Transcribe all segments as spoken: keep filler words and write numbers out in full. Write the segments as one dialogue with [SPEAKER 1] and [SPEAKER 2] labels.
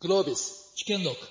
[SPEAKER 1] グロービス知見録。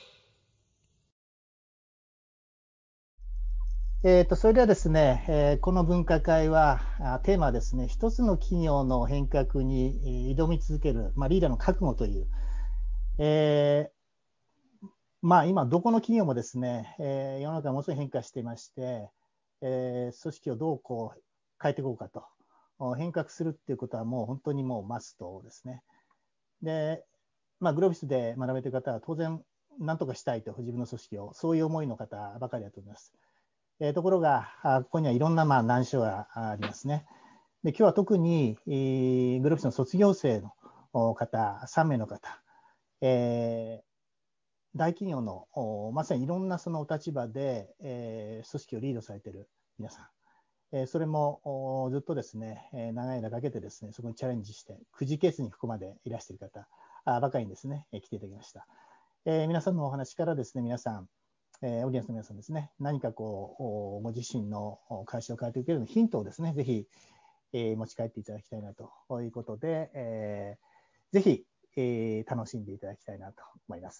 [SPEAKER 2] えーと、それではですね、えーこの分科会は、あテーマはですね、一つの企業の変革にえー挑み続ける、まあ、リーダーの覚悟という、えーまあ、今、どこの企業もですね、えー世の中がものすごい変化していまして、えー組織をどうこう変えていこうかと、お変革するっていうことはもう本当にもうマストですね。で、まあ、グロービスで学べている方は当然、何とかしたいと、自分の組織を、そういう思いの方ばかりだと思います。えーところが、あここにはいろんなまあ難所がありますね。で今日は特に、えーグロービスの卒業生の方、さんめいの方、えー大企業のまさにいろんなそのお立場で、えー組織をリードされている皆さん、えーそれもずっとですね、えー長い間かけてですね、そこにチャレンジして、くじけずにここまでいらしている方ばかりにですね、来ていただきました。えー皆さんのお話からですね、皆さん、えーオーディエンスの皆さんですね、何かこう、ご自身の会社を変えていけるようなヒントをですね、ぜひ、えー持ち帰っていただきたいなということで、えーぜひ、えー楽しんでいただきたいなと思います。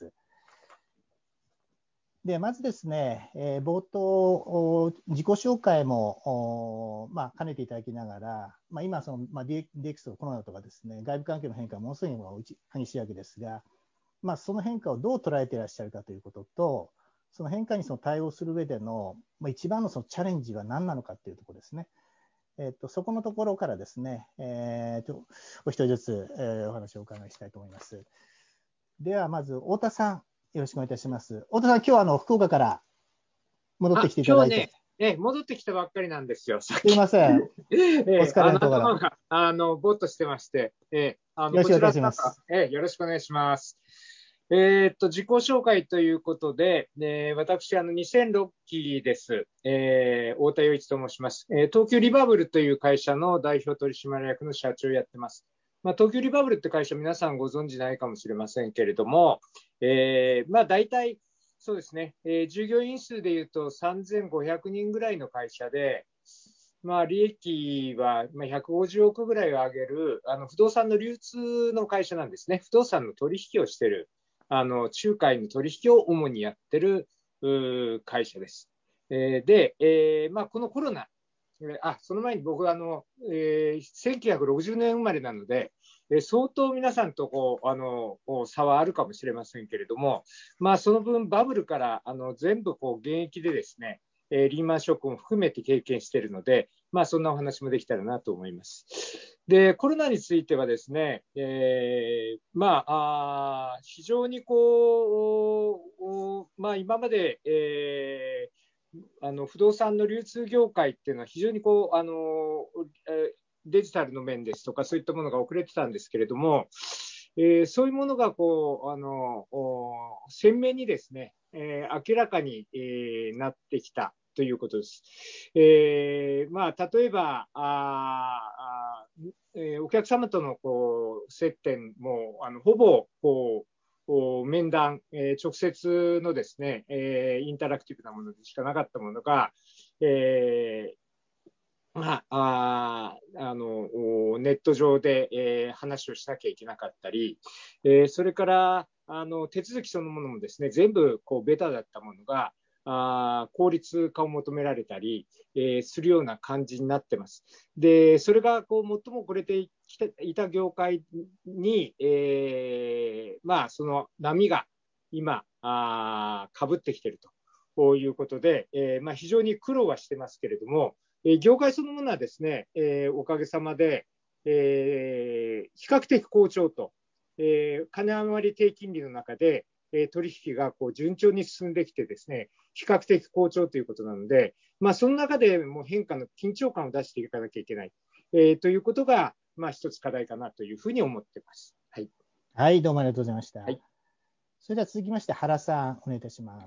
[SPEAKER 2] でまずですね、えー冒頭、自己紹介も、まあ、兼ねていただきながら、まあ、今その、まあ、ディーエックス とコロナとかですね、外部環境の変化がものすごい激しいわけですが、まあ、その変化をどう捉えていらっしゃるかということと、その変化にその対応する上での、まあ、一番のそのチャレンジは何なのかというところですね。えっと、そこのところからですね、えー、とお一人ずつ、えーお話をお伺いしたいと思います。では、まず、太田さん、よろしくお願いいたします。太田さん、今日はあの福岡から戻って
[SPEAKER 3] あ、
[SPEAKER 2] きていただいて、
[SPEAKER 3] 今日ね、え、戻ってきたばっかりなんですよ、さっ
[SPEAKER 2] すいま
[SPEAKER 3] き。
[SPEAKER 2] せん、お
[SPEAKER 3] え、
[SPEAKER 2] 疲れ
[SPEAKER 3] あの
[SPEAKER 2] のところ。よ
[SPEAKER 3] 頭が、あの、ぼーっとしてまして、え、あの、
[SPEAKER 2] ろしくお願いい
[SPEAKER 3] こちら
[SPEAKER 2] たします。
[SPEAKER 3] え、よろしくお願いします。えーっと、自己紹介ということで、えー私、あの、にせんろっきです。えー太田洋一と申します。えー東急リバブルという会社の代表取締役の社長をやってます。まあ、東急リバブルって会社、皆さんご存知ないかもしれませんけれども、えーまあ、大体、そうですね、えー従業員数でいうとさんぜんごひゃくにんぐらいの会社で、まあ、利益はまあひゃくごじゅうおくぐらいを上げるあの不動産の流通の会社なんですね。不動産の取引をしている、あの仲介の取引を主にやっている会社です。えーで、えーまあ、このコロナ、あその前に僕はあの、えーせんきゅうひゃくろくじゅうねん生まれなので、えー相当皆さんとこうあの差はあるかもしれませんけれども、まあ、その分、バブルからあの全部こう現役でですね、えーリーマンショックも含めて経験しているので、まあ、そんなお話もできたらなと思います。で、コロナについてはですね、えーまあ、あ非常にこう、まあ、今まで、えーあの不動産の流通業界っていうのは非常にこうあのデジタルの面ですとかそういったものが遅れてたんですけれども、えーそういうものがこうあの鮮明にですね、えー明らかに、えーなってきたということです。えーまあ、例えばああ、えーお客様とのこう接点もあのほぼこう面談、えー直接のですね、えーインタラクティブなものでしかなかったものが、えーまあ、ああのネット上で、えー話をしなきゃいけなかったり、えーそれからあの手続きそのものもですね、全部こうベタだったものがあ効率化を求められたり、えーするような感じになってます。で、それがこう最も遅れてきていた業界に、えーまあ、その波が今、あかぶってきているということで、えーまあ、非常に苦労はしてますけれども、えー業界そのものはですね、えーおかげさまで、えー比較的好調と、えー金余り低金利の中で、えー取引がこう順調に進んできてですね、比較的好調ということなので、まあ、その中でも変化の緊張感を出していかなきゃいけない、えーということが、まあ、一つ課題かなというふうに思っています。はい。
[SPEAKER 2] はい、どうもありがとうございました。
[SPEAKER 3] はい、
[SPEAKER 2] それでは続きまして、原さん、お願いいたします。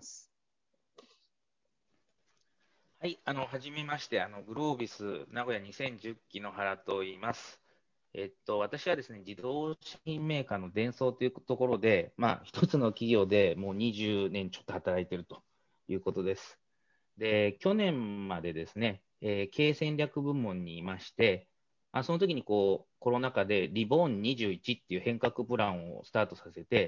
[SPEAKER 4] はい、あの、はじめまして、あの、グロービス名古屋にせんじゅっきの原と言います。えっと、私はですね、自動車品メーカーのデンソーというところで、まあ、一つの企業でもうにじゅうねんちょっと働いているということです。で、去年までですね、えー経営戦略部門にいまして、あ、その時にこう、コロナ禍でリボーンにじゅういちっていう変革プランをスタートさせて、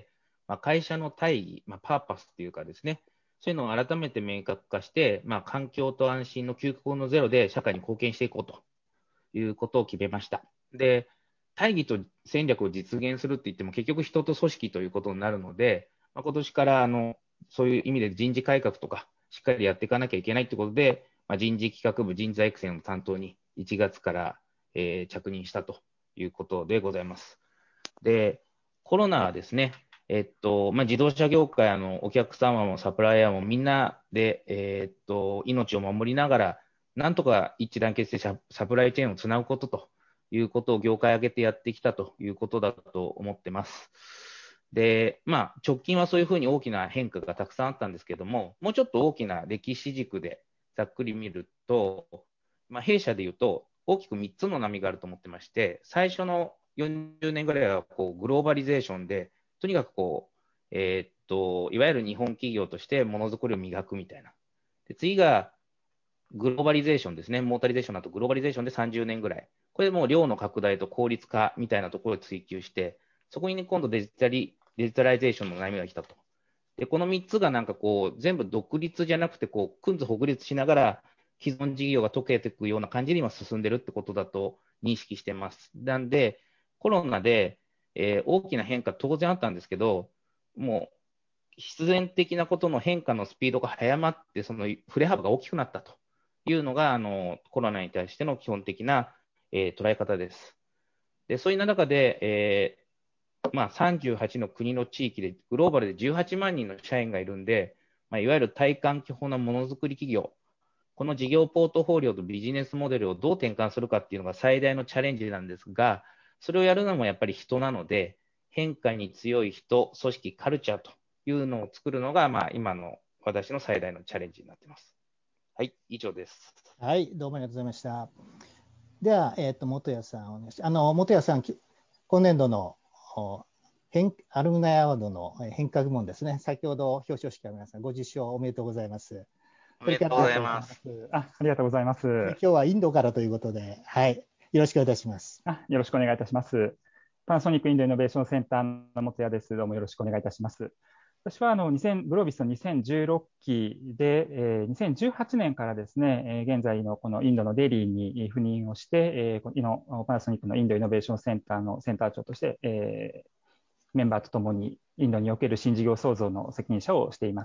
[SPEAKER 4] まあ、会社の大義、まあ、パーパスっていうかですね、そういうのを改めて明確化して、まあ、環境と安心の究極のゼロで社会に貢献していこうということを決めました。で、大義と戦略を実現するって言っても、結局人と組織ということになるので、まあ、今年からあのそういう意味で人事改革とか、しっかりやっていかなきゃいけないということで、まあ、人事企画部、人材育成の担当にいちがつから、えー着任したということでございます。で、コロナはですね、えっとまあ、自動車業界、あのお客様もサプライヤーもみんなで、えっと命を守りながら、なんとか一致団結してサプライチェーンをつなぐことということを業界挙げてやってきたということだと思ってます。で、まあ、直近はそういうふうに大きな変化がたくさんあったんですけども、もうちょっと大きな歴史軸でざっくり見ると、まあ、弊社でいうと、大きくみっつの波があると思ってまして、最初のよんじゅうねんぐらいはこうグローバリゼーションで、とにかくこう、えーっと、いわゆる日本企業としてものづくりを磨くみたいな。で次がグローバリゼーションですね、モータリゼーションだとグローバリゼーションでさんじゅうねんぐらい。これでもう量の拡大と効率化みたいなところを追求して、そこに、ね、今度デジタリデジタライゼーションの悩みが来たと。で、このみっつがなんかこう、全部独立じゃなくて、こう、くんずほぐ立しながら、既存事業が解けていくような感じに今進んでるってことだと認識してます。なんで、コロナで、えー大きな変化当然あったんですけど、もう必然的なことの変化のスピードが速まって、その振れ幅が大きくなったというのが、あのコロナに対しての基本的な、えー捉え方です。で、そういう中で、えーまあ、さんじゅうはちの国の地域で、グローバルでじゅうはちまんにんの社員がいるんで、まあ、いわゆる体感基本なものづくり企業、この事業ポートフォリオとビジネスモデルをどう転換するかっていうのが最大のチャレンジなんですが、それをやるのもやっぱり人なので、変化に強い人、組織、カルチャーというのを作るのが、まあ、今の私の最大のチャレンジになっています。はい、以上です。
[SPEAKER 2] はい、どうもありがとうございました。では、えっと、元谷さん、お願いします。あの、元谷さん、き今年度のお変アルムナイアワードのえ変革門ですね。先ほど表彰式の皆さん、ご受賞おめでとうございます。それか
[SPEAKER 4] おめでとうご
[SPEAKER 2] ら、えっと
[SPEAKER 4] ざいます。
[SPEAKER 1] あ、ありがとうございます。
[SPEAKER 2] 今日はインドからということで、はい、よろしくお願いいたします。
[SPEAKER 1] あ、よろしくお願いいたします。パナソニックインドイノベーションセンターの本谷です。どうもよろしくお願いいたします。私はあのにせんグロービスのにせんじゅうろっきで、えーにせんじゅうはちねんからですね、えー現在のこのインドのデリーに赴任をして、えーこのパナソニックのインドイノベーションセンターのセンター長として、えーメンバーとともにインドにおける新事業創造の責任者をしています。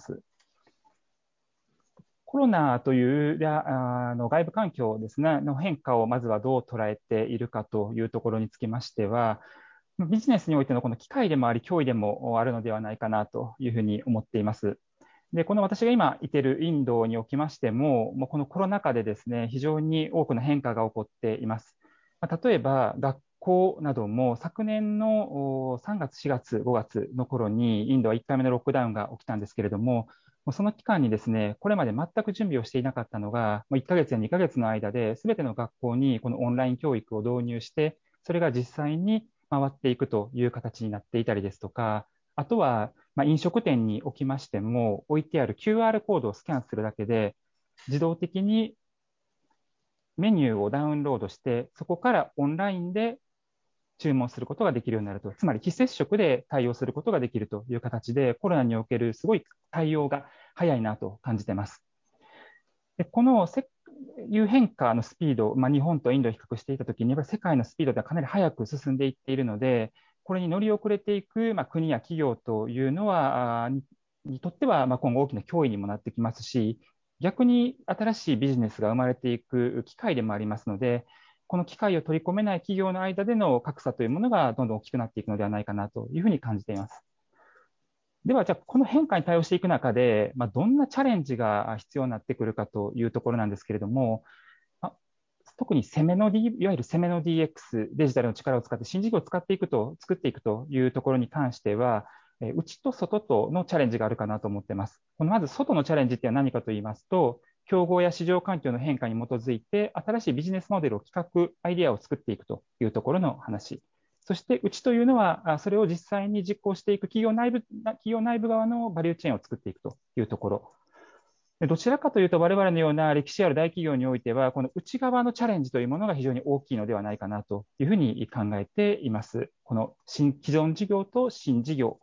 [SPEAKER 1] コロナというあの外部環境ですね、の変化をまずはどう捉えているかというところにつきましては、ビジネスにおいてのこの機会でもあり、脅威でもあるのではないかなというふうに思っています。で、この私が今いているインドにおきましても、もうこのコロナ禍でですね、非常に多くの変化が起こっています。まあ例えば、学校なども昨年のさんがつ、しがつ、ごがつの頃にインドはいっかいめのロックダウンが起きたんですけれども、もうその期間にですね、これまで全く準備をしていなかったのが、もういっかげつやにかげつの間で、すべての学校にこのオンライン教育を導入して、それが実際に回っていくという形になっていたりですとか、あとは、まあ、飲食店におきましても、置いてある キューアール コードをスキャンするだけで、自動的にメニューをダウンロードして、そこからオンラインで注文することができるようになると、つまり非接触で対応することができるという形で、コロナにおけるすごい対応が早いなと感じています。でこのせいう変化のスピード、まあ、日本とインドを比較していたときに、やっぱり世界のスピードではかなり早く進んでいっているので、これに乗り遅れていく、まあ、国や企業というのは、ににとってはまあ今後大きな脅威にもなってきますし、逆に新しいビジネスが生まれていく機会でもありますので、この機会を取り込めない企業の間での格差というものがどんどん大きくなっていくのではないかなというふうに感じています。では、じゃあ、この変化に対応していく中で、まあ、どんなチャレンジが必要になってくるかというところなんですけれども、まあ、特に攻めの、D、いわゆる攻めの ディーエックス、デジタルの力を使って新事業を使っていくと、作っていくというところに関しては、内と外とのチャレンジがあるかなと思っています。このまず外のチャレンジって何かと言いますと、競合や市場環境の変化に基づいて、新しいビジネスモデルを企画、アイデアを作っていくというところの話。そして、うちというのは、それを実際に実行していく企業内部、企業内部側のバリューチェーンを作っていくというところ。どちらかというと、我々のような歴史ある大企業においては、この内側のチャレンジというものが非常に大きいのではないかなというふうに考えています。この新既存事業と新事業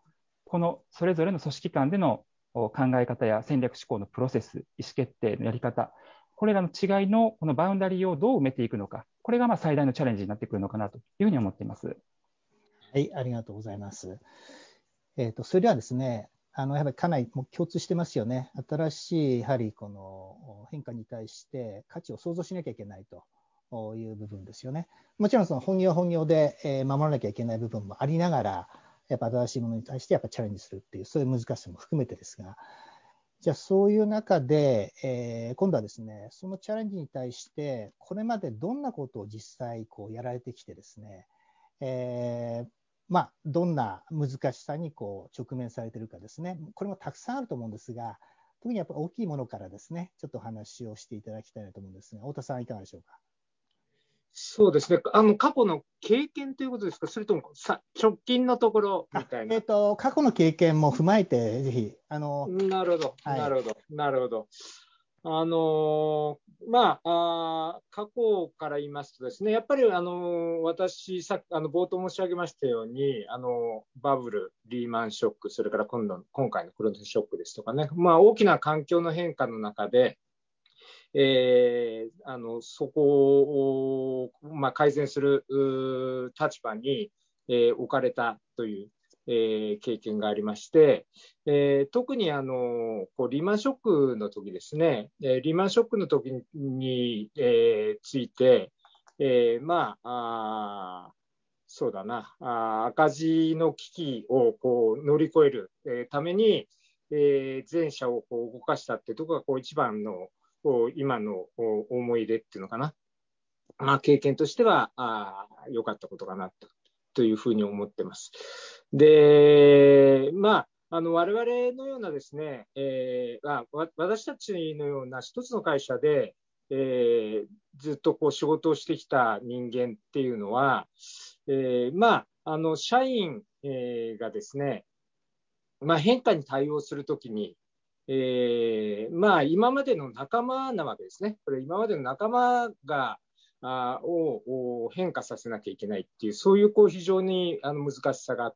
[SPEAKER 1] このそれぞれの組織間での考え方や戦略思考のプロセス、意思決定のやり方、これらの違いのこのバウンダリーをどう埋めていくのか、これがまあ最大のチャレンジになってくるのかなというふうに思っています。
[SPEAKER 2] はい、ありがとうございます。えーと、それではですね、あのやはりかなりもう共通してますよね。新しいやはりこの変化に対して価値を創造しなきゃいけないという部分ですよね。もちろんその本業は本業で守らなきゃいけない部分もありながら、やっぱ新しいものに対してやっぱチャレンジするっていう、そういう難しさも含めてですが、じゃあそういう中で、えー、今度はですね、そのチャレンジに対してこれまでどんなことを実際こうやられてきてですね、えーまあ、どんな難しさにこう直面されているかですね、これもたくさんあると思うんですが、特にやっぱ大きいものからですね、ちょっとお話をしていただきたいなと思うんですが、太田さん、いかがでしょうか。
[SPEAKER 3] そうですね、あの過去の経験ということですか、それともさ直近のところみたいな。
[SPEAKER 2] えーと、過去の経験も踏まえて、ぜひ。あの
[SPEAKER 3] なるほど、
[SPEAKER 2] はい、
[SPEAKER 3] なるほど、なるほど。あのー、まあ、あ過去から言いますとですね、やっぱり、あのー、私、さあの冒頭申し上げましたように、あのバブル、リーマンショック、それから今度今回のクロネショックですとかね、まあ、大きな環境の変化の中で、えー、あのそこを、まあ、改善する立場に、えー、置かれたという、えー、経験がありまして、えー、特にあのこうリーマンショックの時ですね、えー、リーマンショックの時に、えー、ついて、えー、まあ、あそうだなあ、赤字の危機をこう乗り越える、えー、ために、えー、全社をこう動かしたっていうところがこう一番の今の思い出っていうのかな、まあ、経験としては良かったことかなと、というふうに思ってます。で、まあ、あの我々のようなですね、えー、あ私たちのような一つの会社で、えー、ずっとこう仕事をしてきた人間っていうのは、えー、まあ、あの社員、えー、がですね、まあ、変化に対応するときに、えー、まあ今までの仲間なわけですね。これ今までの仲間があを変化させなきゃいけないっていう、そういうこう非常にあの難しさがあって、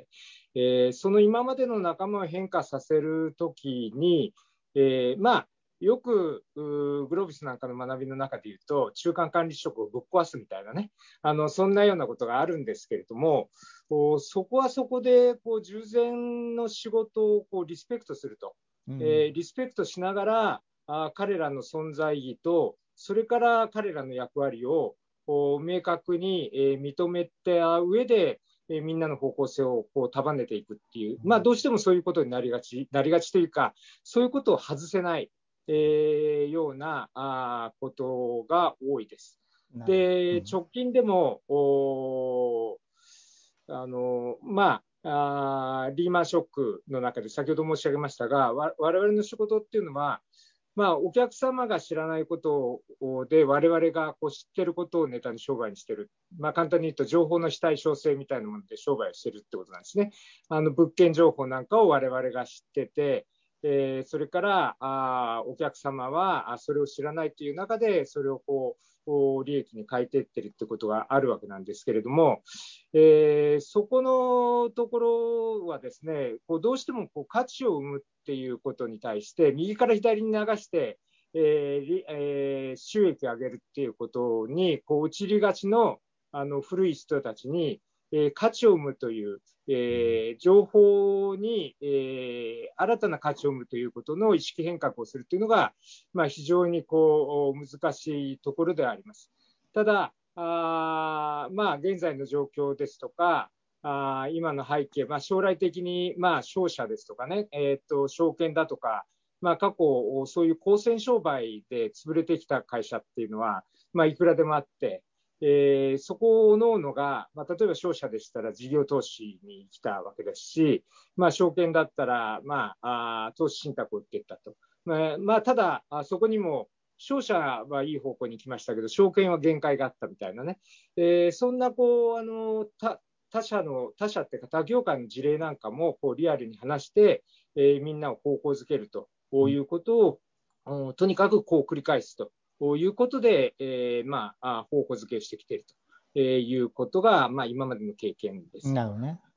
[SPEAKER 3] えー、その今までの仲間を変化させるときに、えー、まあよくグロービスなんかの学びの中で言うと、中間管理職をぶっ壊すみたいなね、あのそんなようなことがあるんですけれども、そこはそこでこう従前の仕事をこうリスペクトすると、うん、えー、リスペクトしながらあ彼らの存在意義と、それから彼らの役割をこう明確に、えー、認めた上で、えー、みんなの方向性をこう束ねていくっていう、まあ、どうしてもそういうことになりがち、なりがちというか、そういうことを外せない、えー、ようなあことが多いです。で、うん、直近でもおあのまあ、あリーマンショックの中で先ほど申し上げましたが、我々の仕事っていうのは、まあ、お客様が知らないことで我々がこう知ってることをネタに商売にしてる、まあ、簡単に言うと情報の非対称性みたいなもので商売をしてるってことなんですね。あの物件情報なんかを我々が知ってて、えー、それからあお客様はそれを知らないという中でそれをこう利益に変えていってるってことがあるわけなんですけれども、えー、そこのところはですね、こうどうしてもこう価値を生むっていうことに対して右から左に流して、えーえー、収益を上げるっていうことにこう陥りがちの、あの古い人たちに、えー、価値を生むという、えー、情報に、えー、新たな価値を生むということの意識変革をするというのが、まあ、非常にこう難しいところであります。ただあ、まあ、現在の状況ですとか、あ今の背景、まあ、将来的に、まあ、商社ですとかね、えー、と証券だとか、まあ、過去、そういう公選商売で潰れてきた会社っていうのは、まあ、いくらでもあって、えー、そこを各々が、まあ、例えば商社でしたら事業投資に来たわけですし、まあ、証券だったら、まあ、あ投資信託を売っていったと。まあ、まあ、ただ、そこにも、商社はいい方向に来ましたけど、証券は限界があったみたいなね、えー、そんなこうあの他他社の他社っていうか他業界の事例なんかもこうリアルに話して、えー、みんなを方向づけるということを、うん、とにかくこう繰り返すということで、えー、まあ方向づけをしてきているということが、まあ、今までの経験です。
[SPEAKER 2] なるほどね。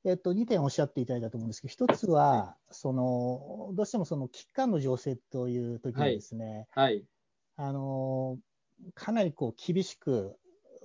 [SPEAKER 2] えっと、にてんおっしゃっていただいたと思うんですけど、一つは、その、どうしてもその危機感の情勢という時にですね、
[SPEAKER 3] はい。
[SPEAKER 2] あの、かなりこう厳しく、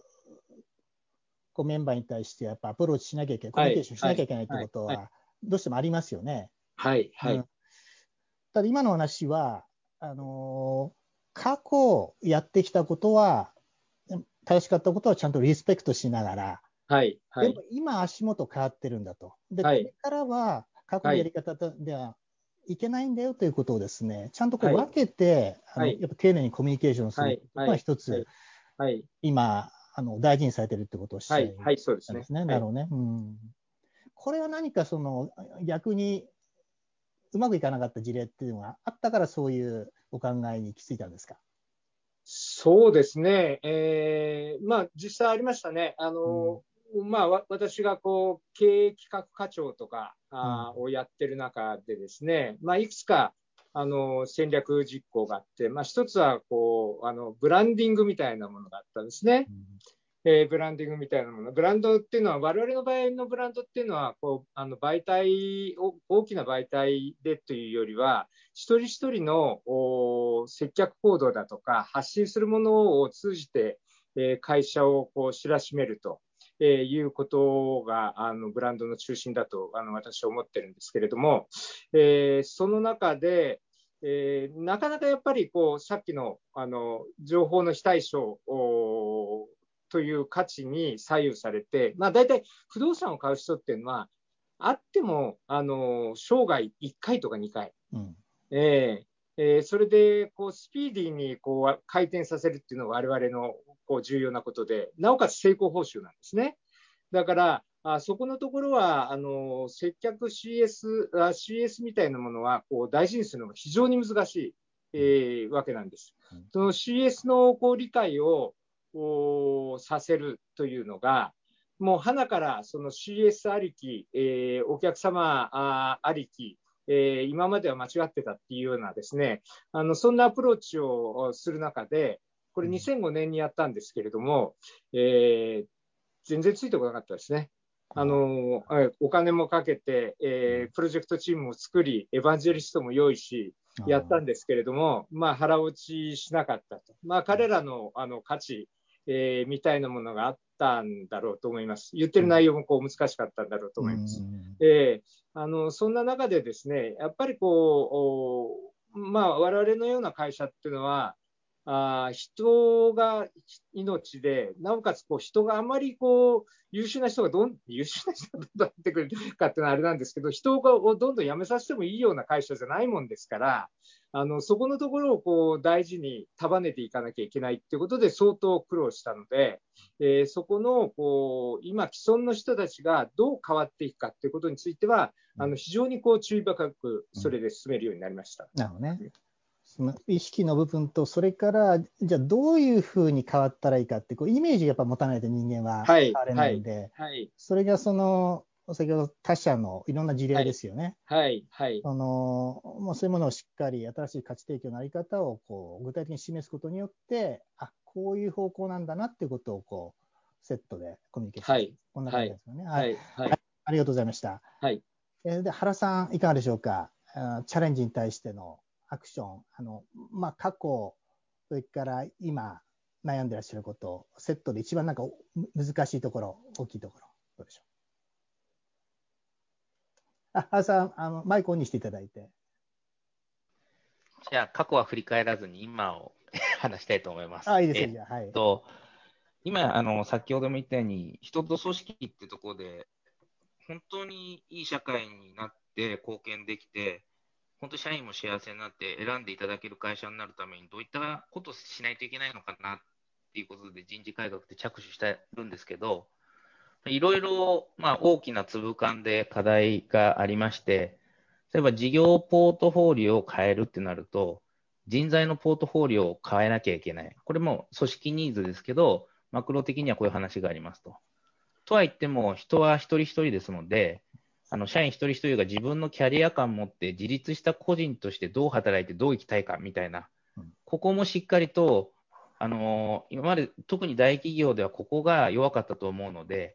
[SPEAKER 2] こうメンバーに対してやっぱアプローチしなきゃいけない、コミュニケーションしなきゃいけないということは、どうしてもありますよね。
[SPEAKER 3] はい。はい。
[SPEAKER 2] うん、ただ今の話は、あの、過去やってきたことは、正しかったことはちゃんとリスペクトしながら、
[SPEAKER 3] はい。は
[SPEAKER 2] でも
[SPEAKER 3] い。
[SPEAKER 2] 今足元変わってるんだと。で、
[SPEAKER 3] はい。
[SPEAKER 2] これからは過去のやり方ではいけないんだよということをですね、ちゃんとこう分けて、あの、やっぱ丁寧にコミュニケーションするというのは一つ、
[SPEAKER 3] はい。
[SPEAKER 2] 今、あの、大事にされてるってことをおっしゃい
[SPEAKER 3] はい。そうですね。
[SPEAKER 2] たんですね。なるほどね。うん。これは何かその、逆にうまくいかなかった事例っていうのがあったからそういうお考えに行き着いたんですか？
[SPEAKER 3] そうですね。えー、まあ、実際ありましたね。あの、
[SPEAKER 2] うん、
[SPEAKER 3] まあ、私がこう、経営企画課長とか、あ
[SPEAKER 2] うん、
[SPEAKER 3] をやってる中でですね、まあ、いくつか、あの、戦略実行があって、まあ、一つは、こう、あの、ブランディングみたいなものがあったんですね。えーブランディングみたいなもの。ブランドっていうのは、我々の場合のブランドっていうのは、こう、あの、媒体、大きな媒体でというよりは、一人一人の接客行動だとか、発信するものを通じて、えー会社をこう知らしめると。えーいうことがあのブランドの中心だとあの私は思ってるんですけれども、えーその中で、えーなかなかやっぱりこうさっきのあの情報の非対称という価値に左右されて、まあ、大体不動産を買う人っていうのは、あってもあの生涯いっかいとかにかい、
[SPEAKER 2] うん、
[SPEAKER 3] えーえーそれでこうスピーディーにこう回転させるっていうのが我々のこう重要なことで、なおかつ成功報酬なんですね。だから、あそこのところは、あの接客 シーエス、あ シーエス みたいなものはこう大事にするのが非常に難しい、えーわけなんです。その シーエス のこう理解をさせるというのが、もう花からその シーエス ありき、えーお客様あありき、えー今までは間違ってたっていうようなですね、あのそんなアプローチをする中で、これにせんごねんにやったんですけれども、えー全然ついてこなかったですね。あのお金もかけて、えー、プロジェクトチームを作り、エヴァンジェリストも用意し、やったんですけれども、まあ、腹落ちしなかったと。まあ、彼らのあの価値、えー、みたいなものがあったんだろうと思います。言ってる内容もこう難しかったんだろうと思います。えー、あのそんな中でですね、やっぱりこう、まあ、我々のような会社っていうのは、あ人が命で、なおかつこう人があまりこう優秀な人がどん優秀な人がどんどん入ってくるかっていうのはあれなんですけど、人をどんどん辞めさせてもいいような会社じゃないもんですから、あのそこのところをこう大事に束ねていかなきゃいけないっていうことで相当苦労したので、えー、そこのこう今既存の人たちがどう変わっていくかっていうことについては、あの非常にこう注意深くそれで進めるようになりました。
[SPEAKER 2] なるほどね。その意識の部分と、それからじゃあどういうふうに変わったらいいかってこうイメージやっぱ持たないと人間は変われないんで、
[SPEAKER 3] はいはい、
[SPEAKER 2] それがその先ほど他社のいろんな事例ですよね。
[SPEAKER 3] はいはい、
[SPEAKER 2] そのまあ、そういうものをしっかり新しい価値提供のあり方をこう具体的に示すことによって、あこういう方向なんだなっていうことをこうセットでコミュニケーションする、はい、こんな感じですよね。はい、はいはい、ありがとうございました。はい、えー、で原さんいかがでしょうか。チャレンジに対してのアクション、あのまあ、過去、それから今悩んでらっしゃること、セットで一番なんか難しいところ、大きいところ、どうでしょう。あ、原さん、あのマイクオンにしていただいて。
[SPEAKER 4] じゃあ、過去は振り返らずに今を話したいと思います。
[SPEAKER 2] あ、いいですよ、
[SPEAKER 4] え
[SPEAKER 2] じゃあ、はい。
[SPEAKER 4] と、今、あの、先ほども言ったように、人と組織ってところで、本当にいい社会になって貢献できて、本当社員も幸せになって選んでいただける会社になるためにどういったことをしないといけないのかなっていうことで人事改革って着手してるんですけど、いろいろ、まあ、大きな粒感で課題がありまして、例えば事業ポートフォリオを変えるってなると、人材のポートフォリオを変えなきゃいけない。これも組織ニーズですけど、マクロ的にはこういう話がありますと。とは言っても、人は一人一人ですので、あの社員一人一人が自分のキャリア感を持って自立した個人としてどう働いてどう生きたいかみたいな、ここもしっかりと、あの今まで特に大企業ではここが弱かったと思うので、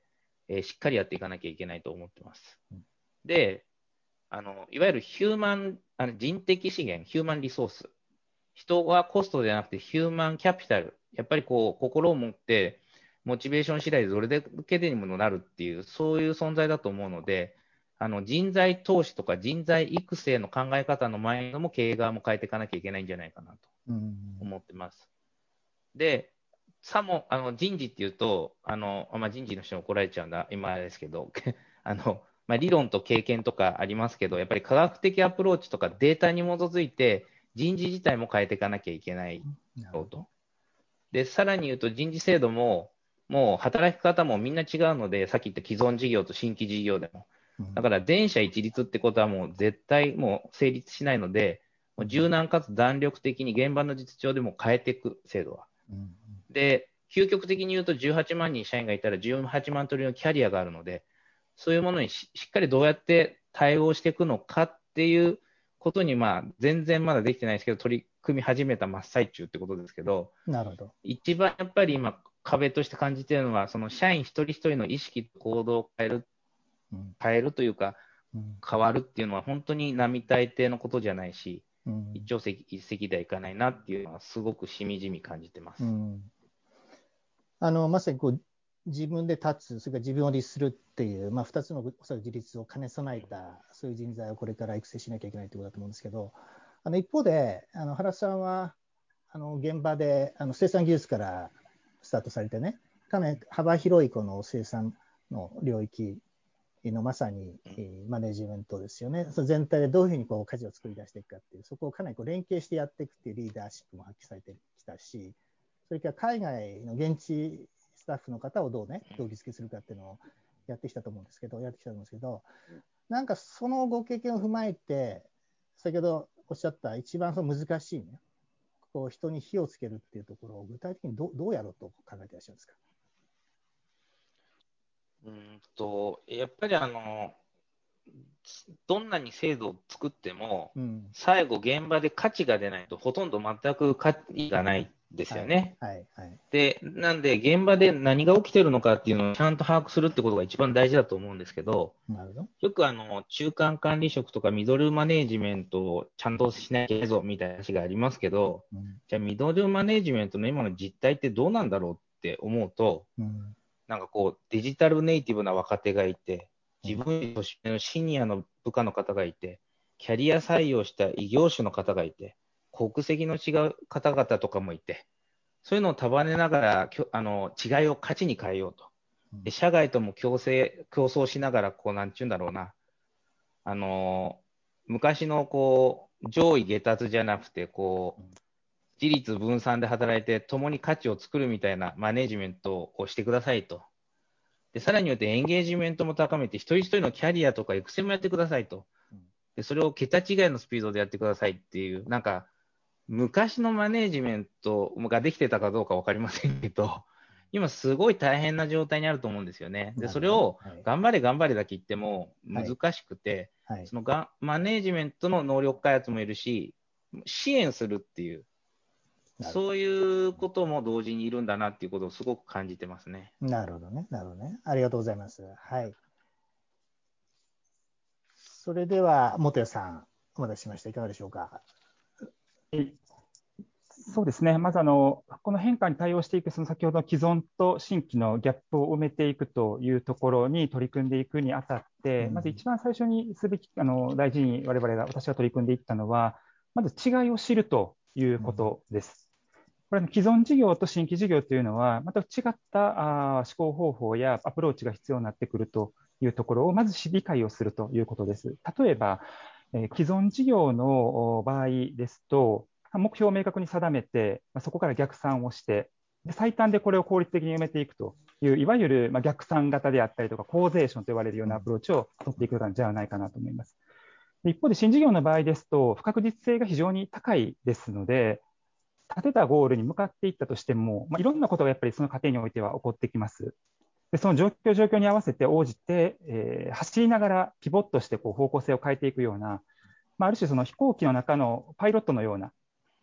[SPEAKER 4] えーしっかりやっていかなきゃいけないと思ってます。で、あのいわゆるヒューマン、あの人的資源、ヒューマンリソース、人はコストではなくてヒューマンキャピタル、やっぱりこう心を持って、モチベーション次第でどれだけでにもなるっていう、そういう存在だと思うので、あの人材投資とか人材育成の考え方のマインドも経営側も変えていかなきゃいけないんじゃないかなと思ってます。で、さもあの人事っていうと、あのまあ、人事の人に怒られちゃうんだ、今ですけど、あのまあ、理論と経験とかありますけど、やっぱり科学的アプローチとかデータに基づいて、人事自体も変えていかなきゃいけないと。で、さらに言うと人事制度も、もう働き方もみんな違うので、さっき言った既存事業と新規事業でも。だから、全社一律ってことはもう絶対もう成立しないので、もう柔軟かつ弾力的に現場の実情でも変えていく制度は。で、究極的に言うとじゅうはちまんにん社員がいたらじゅうはちまん通りのキャリアがあるので、そういうものに し, しっかりどうやって対応していくのかっていうことに、まあ、全然まだできてないですけど、取り組み始めた真っ最中ってことですけど、
[SPEAKER 2] なるほど。
[SPEAKER 4] 一番やっぱり今、壁として感じているのは、その社員一人一人の意識と行動を変える、変えるというか、変わるっていうのは本当に並大抵のことじゃないし、うん、一朝一夕ではいかないなっていうのはすごくしみじみ感じてます。うん、
[SPEAKER 2] あのまさにこう自分で立つ、それから自分を律するっていう、まあ、ふたつのおそらく自立を兼ね備えた、そういう人材をこれから育成しなきゃいけないということだと思うんですけど、あの一方で、あの原さんはあの現場であの生産技術からスタートされてね、かなり幅広いこの生産の領域のまさにマネジメントですよね。その全体でどういうふうにこう価値を作り出していくかっていう、そこをかなりこう連携してやっていくっていうリーダーシップも発揮されてきたし、それから海外の現地スタッフの方をどうね、動機付けするかっていうのをやってきたと思うんですけど、やってきたと思うんですけど、なんかそのご経験を踏まえて、先ほどおっしゃった一番その難しいね、こう人に火をつけるっていうところを具体的に ど, どうやろうと考えていらっしゃるんですか。
[SPEAKER 4] うんとやっぱりあのどんなに制度を作っても、うん、最後現場で価値が出ないとほとんど全く価値がないですよね。はいはいはい、でなんで現場で何が起きてるのかっていうのをちゃんと把握するってことが一番大事だと思うんですけど、なるほど。よくあの中間管理職とかミドルマネージメントをちゃんとしなきゃいけないぞみたいな話がありますけど、うん、じゃあミドルマネージメントの今の実態ってどうなんだろうって思うと、うん、なんかこうデジタルネイティブな若手がいて、自分より年上のシニアの部下の方がいて、キャリア採用した異業種の方がいて、国籍の違う方々とかもいて、そういうのを束ねながらあの違いを価値に変えようと。で社外とも共生競争しながら、こうなんちゅうんだろうな、あの昔のこう上位下達じゃなくてこう、自立分散で働いて、共に価値を作るみたいなマネジメントをしてくださいと。でさらに言うとエンゲージメントも高めて、一人一人のキャリアとか育成もやってくださいと。でそれを桁違いのスピードでやってくださいっていう、なんか昔のマネージメントができてたかどうか分かりませんけど、今すごい大変な状態にあると思うんですよね。でそれを頑張れ頑張れだけ言っても難しくて、はいはい、そのがマネージメントの能力開発もいるし、支援するっていう、そういうことも同時にいるんだなっていうことをすごく感じてますね。
[SPEAKER 2] なるほどね。なるほどね。ありがとうございます。はい。それでは、元谷さん、お待たせしました。いかがでしょうか。
[SPEAKER 1] そうですね。まずあの、この変化に対応していく、その先ほどの既存と新規のギャップを埋めていくというところに取り組んでいくにあたって、うん、まず一番最初にすべき、あの大事に我々が、私が取り組んでいったのは、まず違いを知るということです。うん、これ、既存事業と新規事業というのは、また違ったあ思考方法やアプローチが必要になってくるというところを、まず理解をするということです。例えば、えー、既存事業の場合ですと、目標を明確に定めて、そこから逆算をして、最短でこれを効率的に埋めていくという、いわゆる逆算型であったりとか、コーゼーションと言われるようなアプローチを取っていくのではないかなと思います。一方で、新事業の場合ですと、不確実性が非常に高いですので、立てたゴールに向かっていったとしても、まあ、いろんなことがやっぱりその過程においては起こってきます。でその状況、状況に合わせて応じて、えー、走りながらピボットしてこう方向性を変えていくような、まあ、ある種その飛行機の中のパイロットのような、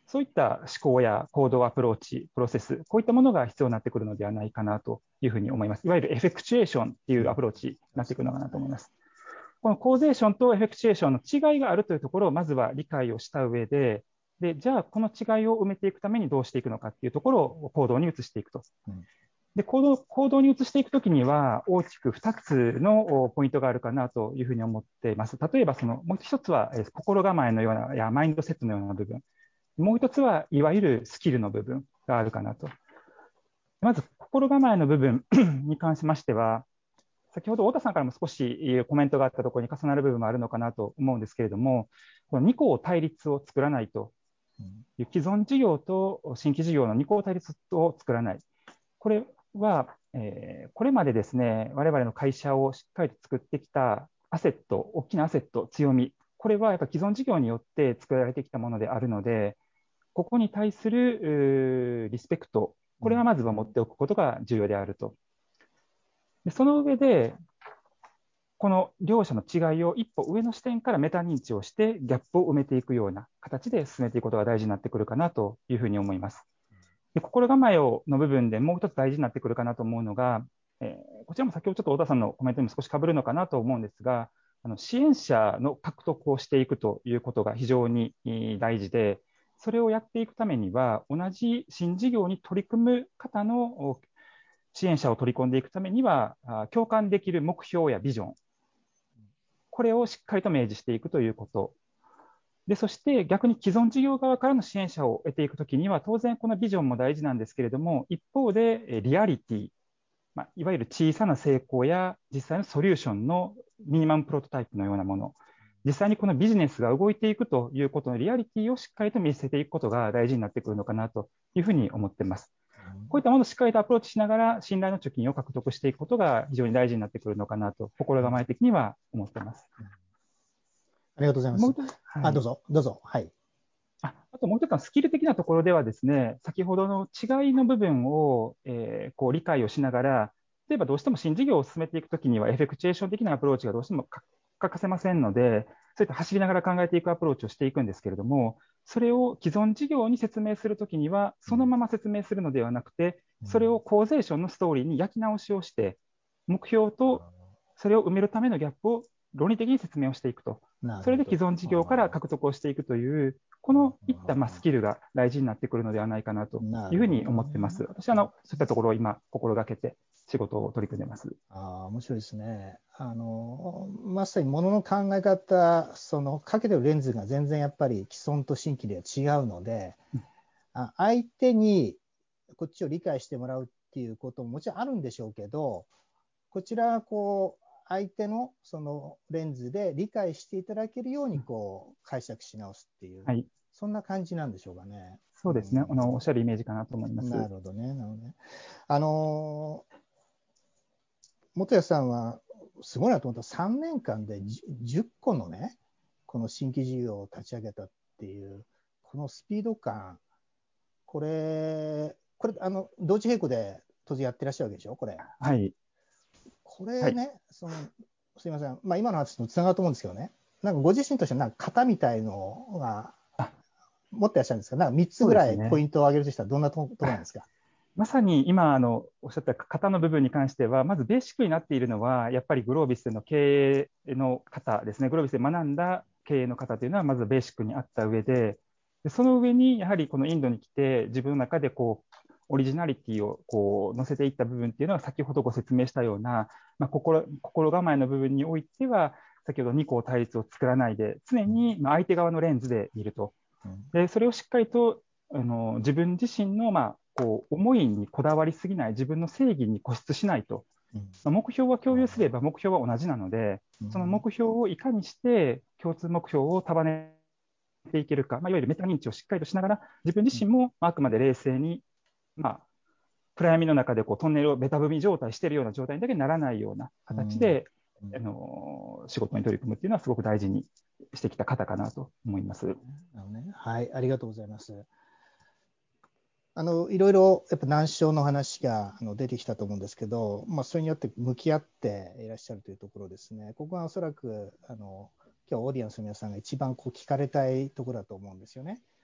[SPEAKER 1] そういった思考や行動アプローチ、プロセス、こういったものが必要になってくるのではないかなというふうに思います。いわゆるエフェクチュエーションっていうアプローチになってくるのかなと思います。このコーゼーションとエフェクチュエーションの違いがあるというところをまずは理解をした上で、で、じゃあこの違いを埋めていくためにどうしていくのかっていうところを行動に移していくと。で、行動、行動に移していくときには大きくふたつのポイントがあるかなというふうに思っています。例えばそのもう一つは心構えのような、やマインドセットのような部分。もう一つはいわゆるスキルの部分があるかなと。まず心構えの部分に関しましては、先ほど太田さんからも少しコメントがあったところに重なる部分もあるのかなと思うんですけれども、この二項対立を作らないという、既存事業と新規事業の二項対立を作らない。これは、えー、これまでですね、我々の会社をしっかりと作ってきたアセット、大きなアセット、強み、これはやっぱ既存事業によって作られてきたものであるので、ここに対するリスペクト、これはまずは持っておくことが重要であると。でその上で、この両者の違いを一歩上の視点からメタ認知をして、ギャップを埋めていくような形で進めていくことが大事になってくるかなというふうに思います。で心構えをの部分でもう一つ大事になってくるかなと思うのが、えー、こちらも先ほどちょっと太田さんのコメントにも少し被るのかなと思うんですが、あの支援者の獲得をしていくということが非常に大事で、それをやっていくためには、同じ新事業に取り組む方の支援者を取り込んでいくためには、共感できる目標やビジョン、これをしっかりと明示していくということ。で、そして逆に既存事業側からの支援者を得ていくときには、当然このビジョンも大事なんですけれども、一方でリアリティ、まあ、いわゆる小さな成功や実際のソリューションのミニマムプロトタイプのようなもの、実際にこのビジネスが動いていくということのリアリティをしっかりと見せていくことが大事になってくるのかなというふうに思っています。こういったものをしっかりとアプローチしながら信頼の貯金を獲得していくことが非常に大事になってくるのかなと心構え的には思っています。
[SPEAKER 2] ありがとうございます。
[SPEAKER 1] もう一つ、はい、
[SPEAKER 2] あ、どうぞ、どうぞ。はい。
[SPEAKER 1] ああともう一つのスキル的なところではですね、先ほどの違いの部分を、えー、こう理解をしながら、例えばどうしても新事業を進めていくときにはエフェクチュエーション的なアプローチがどうしても欠かせませんので、そういった走りながら考えていくアプローチをしていくんですけれども、それを既存事業に説明するときには、そのまま説明するのではなくて、それをコーゼーションのストーリーに焼き直しをして、目標とそれを埋めるためのギャップを論理的に説明をしていくと。それで既存事業から獲得をしていくという、このいったまあスキルが大事になってくるのではないかなというふうに思っています。私はあのそういったところを今、心がけて仕事を取り組んでいます。
[SPEAKER 2] ああ、面白いですね。あの、まさにものの考え方、そのかけてるレンズが全然やっぱり既存と新規では違うので、あ相手にこっちを理解してもらうっていうことももちろんあるんでしょうけど、こちらはこう、相手のそのレンズで理解していただけるようにこう解釈し直すっていう、
[SPEAKER 1] はい、
[SPEAKER 2] そんな感じなんでしょうかね。
[SPEAKER 1] そうですね、
[SPEAKER 2] うん、
[SPEAKER 1] あのおっしゃるイメージかなと思います。
[SPEAKER 2] なるほどね。なるほどね。あの本谷さんはすごいなと思ったさんねんかんでじゅっこのね、この新規事業を立ち上げたっていう、このスピード感、これ、これあの同時並行で当然やってらっしゃるわけでしょ、これ。
[SPEAKER 1] はい。
[SPEAKER 2] これね、はい、そのすみません、まあ、今の話とつながると思うんですけどね、なんかご自身としてはなんか型みたいのが持ってらっしゃるんですか、なんかみっつぐらいポイントを挙げるとしたら、どんなところなんですか。
[SPEAKER 1] まさに今あのおっしゃった型の部分に関しては、まずベーシックになっているのは、やっぱりグロービスの経営の方ですね、グロービスで学んだ経営の方というのは、まずベーシックにあった上で、でその上にやはりこのインドに来て、自分の中でこうオリジナリティをこう乗せていった部分っていうのは、先ほどご説明したような、まあ、心, 心構えの部分においては、先ほど二項対立を作らないで、常に相手側のレンズで見ると。でそれをしっかりとあの自分自身の、まあ、こう思いにこだわりすぎない、自分の正義に固執しないと、まあ、目標は共有すれば目標は同じなので、その目標をいかにして共通目標を束ねていけるか、まあ、いわゆるメタ認知をしっかりとしながら、自分自身もあくまで冷静に、まあ、暗闇の中でこうトンネルをベタ踏み状態しているような状態にだけならないような形で、あの仕事に取り組むっていうのはすごく大事にしてきた方かなと思います。
[SPEAKER 2] なるほどね、はい、ありがとうございます。あのいろいろやっぱ難所の話があの出てきたと思うんですけど、まあ、それによって向き合っていらっしゃるというところですね。ここはおそらくあの今日オーディエンスの皆さんが一番こう聞かれたいところだと思うんですよね。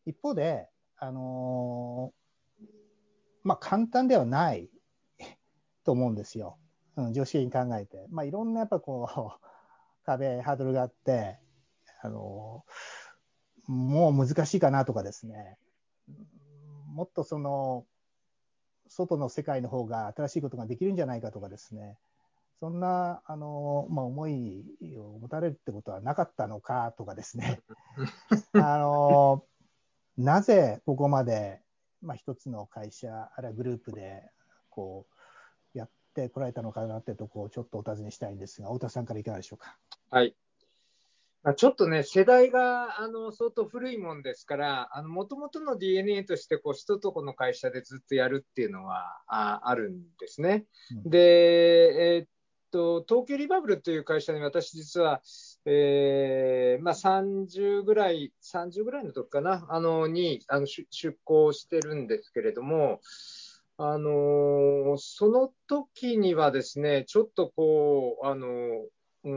[SPEAKER 2] 一方で、あのーまあ、簡単ではないと思うんですよ、うん、常識的に考えて。まあ、いろんなやっぱこう壁、ハードルがあって、あのーもう難しいかなとかですね、もっとその外の世界の方が新しいことができるんじゃないかとかですね、そんなあの、まあ、思いを持たれるってことはなかったのかとかですね、あのなぜここまで、まあ、一つの会社、あるいはグループでこうやってこられたのかなってところをちょっとお尋ねしたいんですが、太田さんからいかがでしょうか。
[SPEAKER 3] はい。まあ、ちょっとね、世代があの相当古いもんですから、もともとの ディーエヌエー としてこう一とこの会社でずっとやるっていうのは あ, あるんですね。
[SPEAKER 2] うん、
[SPEAKER 3] で、えーっと、東急リバブルという会社に私実は、えーまあ、さんじゅうぐらい、さんじゅうぐらいの時かな、あのにあの出向してるんですけれども、あのその時にはですね、ちょっとこう、あのうん、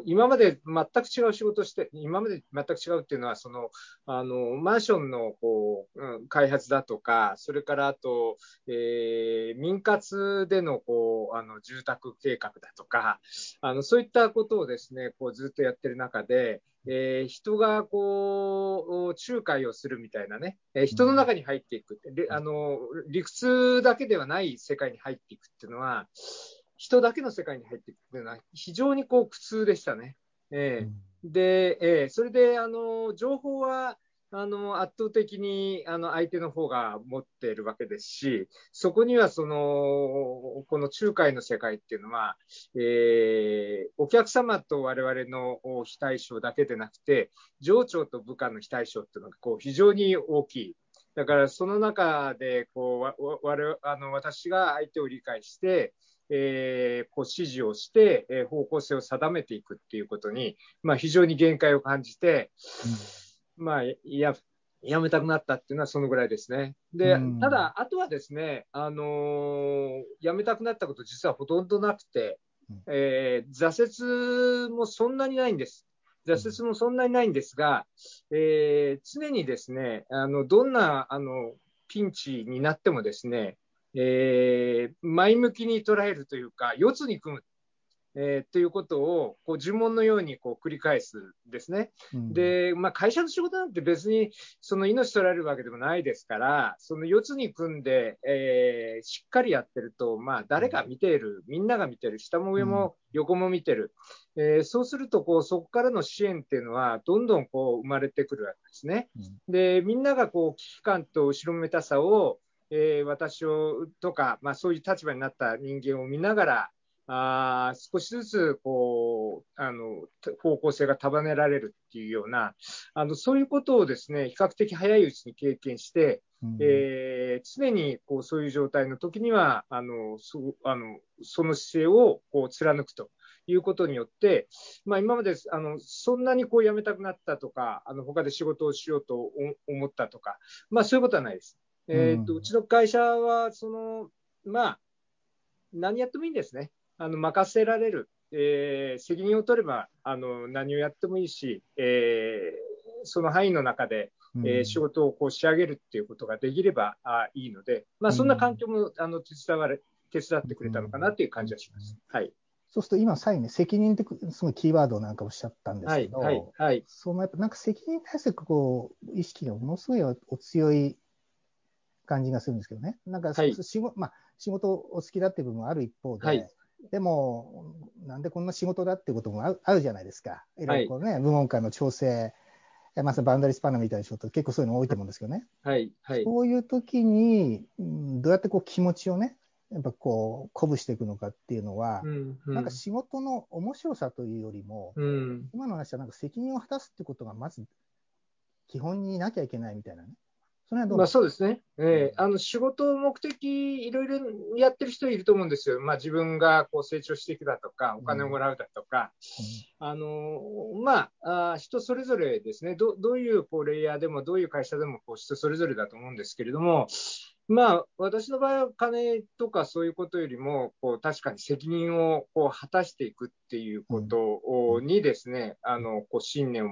[SPEAKER 3] 今まで全く違う仕事をして、今まで全く違うっていうのは、その、あの、マンションの、こう、うん、開発だとか、それからあと、えー民活での、こう、あの、住宅計画だとか、あの、そういったことをですね、こう、ずっとやってる中で、えー人が、こう、仲介をするみたいなね、えー人の中に入っていくって、であの、理屈だけではない世界に入っていくっていうのは、人だけの世界に入っていくというのは非常にこう苦痛でしたね。えー、で、えー、それであの情報はあの圧倒的にあの相手の方が持っているわけですし、そこにはそのこの仲介の世界っていうのは、えー、お客様と我々の非対称だけでなくて、上長と部下の非対称っていうのがこう非常に大きい。だからその中でこうわわあの私が相手を理解して、えー、こう指示をして、えー、方向性を定めていくっていうことに、まあ、非常に限界を感じて、うん、まあ、や、やめたくなったっていうのはそのぐらいですね。で、うん、ただ、あとはですね、あのー、やめたくなったこと実はほとんどなくて、えー、挫折もそんなにないんです。挫折もそんなにないんですが、えー、常にですね、あの、どんな、あの、ピンチになってもですね、えー、前向きに捉えるというか、四つに組む、えー、ということをこう呪文のようにこう繰り返すんですね。うん、で、まあ、会社の仕事なんて別にその命取られるわけでもないですから、その四つに組んで、えー、しっかりやってると、まあ、誰が見ている、みんなが見てる、下も上も横も見てる。うん、えー、そうするとこう、そこからの支援っていうのは、どんどんこう生まれてくるわけですね。うん、で、みんながこう危機感と後ろめたさを、えー、私をとか、まあ、そういう立場になった人間を見ながら、あ少しずつこうあの方向性が束ねられるっていうような、あのそういうことをですね、比較的早いうちに経験して、うん、えー、常にこうそういう状態の時にはあの そ, あのその姿勢をこう貫くということによって、まあ、今まであのそんなにこう辞めたくなったとか、あの他で仕事をしようと思ったとか、まあ、そういうことはないです。うん、えー、とうちの会社はその、まあ、何やってもいいんですね。あの任せられる、えー、責任を取ればあの何をやってもいいし、えー、その範囲の中で、えー、仕事をこう仕上げるっていうことができればあいいので、まあ、そんな環境もあの手伝われ手伝ってくれたのかなっていう感じはします。はい、
[SPEAKER 2] そうすると今最後に責任ってすごいキーワードなんかおっしゃったんですけど、はいはいはい、そのやっぱなんか責任に対するこう意識がものすごいお強い感じがするんですけどね。なんか、はい、仕事、まあ、仕事お好きだっていう部分もある一方で、はい、でも、なんでこんな仕事だっていうこともある、あるじゃないですか。いろいろこうね、はい、部門間の調整、まあ、バウンダリースパナみたいな仕事、結構そういうの多いと思うんですけどね。
[SPEAKER 3] はいはい、
[SPEAKER 2] そういう時に、どうやってこう気持ちをね、やっぱこう鼓舞していくのかっていうのは、うんうん、なんか仕事の面白さというよりも、うん、今の話はなんか責任を果たすってことがまず基本になきゃいけないみたいなね。
[SPEAKER 3] それはどうまあ、そうですね、えー、あの仕事を目的、いろいろやってる人いると思うんですよ、まあ、自分がこう成長していくだとか、お金をもらうだとか、うん、あのまあ、あ人それぞれですね、ど, どういうこうレイヤーでも、どういう会社でもこう人それぞれだと思うんですけれども、まあ、私の場合は金とかそういうことよりも、こう確かに責任をこう果たしていくっていうことにですね、うん、あのこう信念を持って、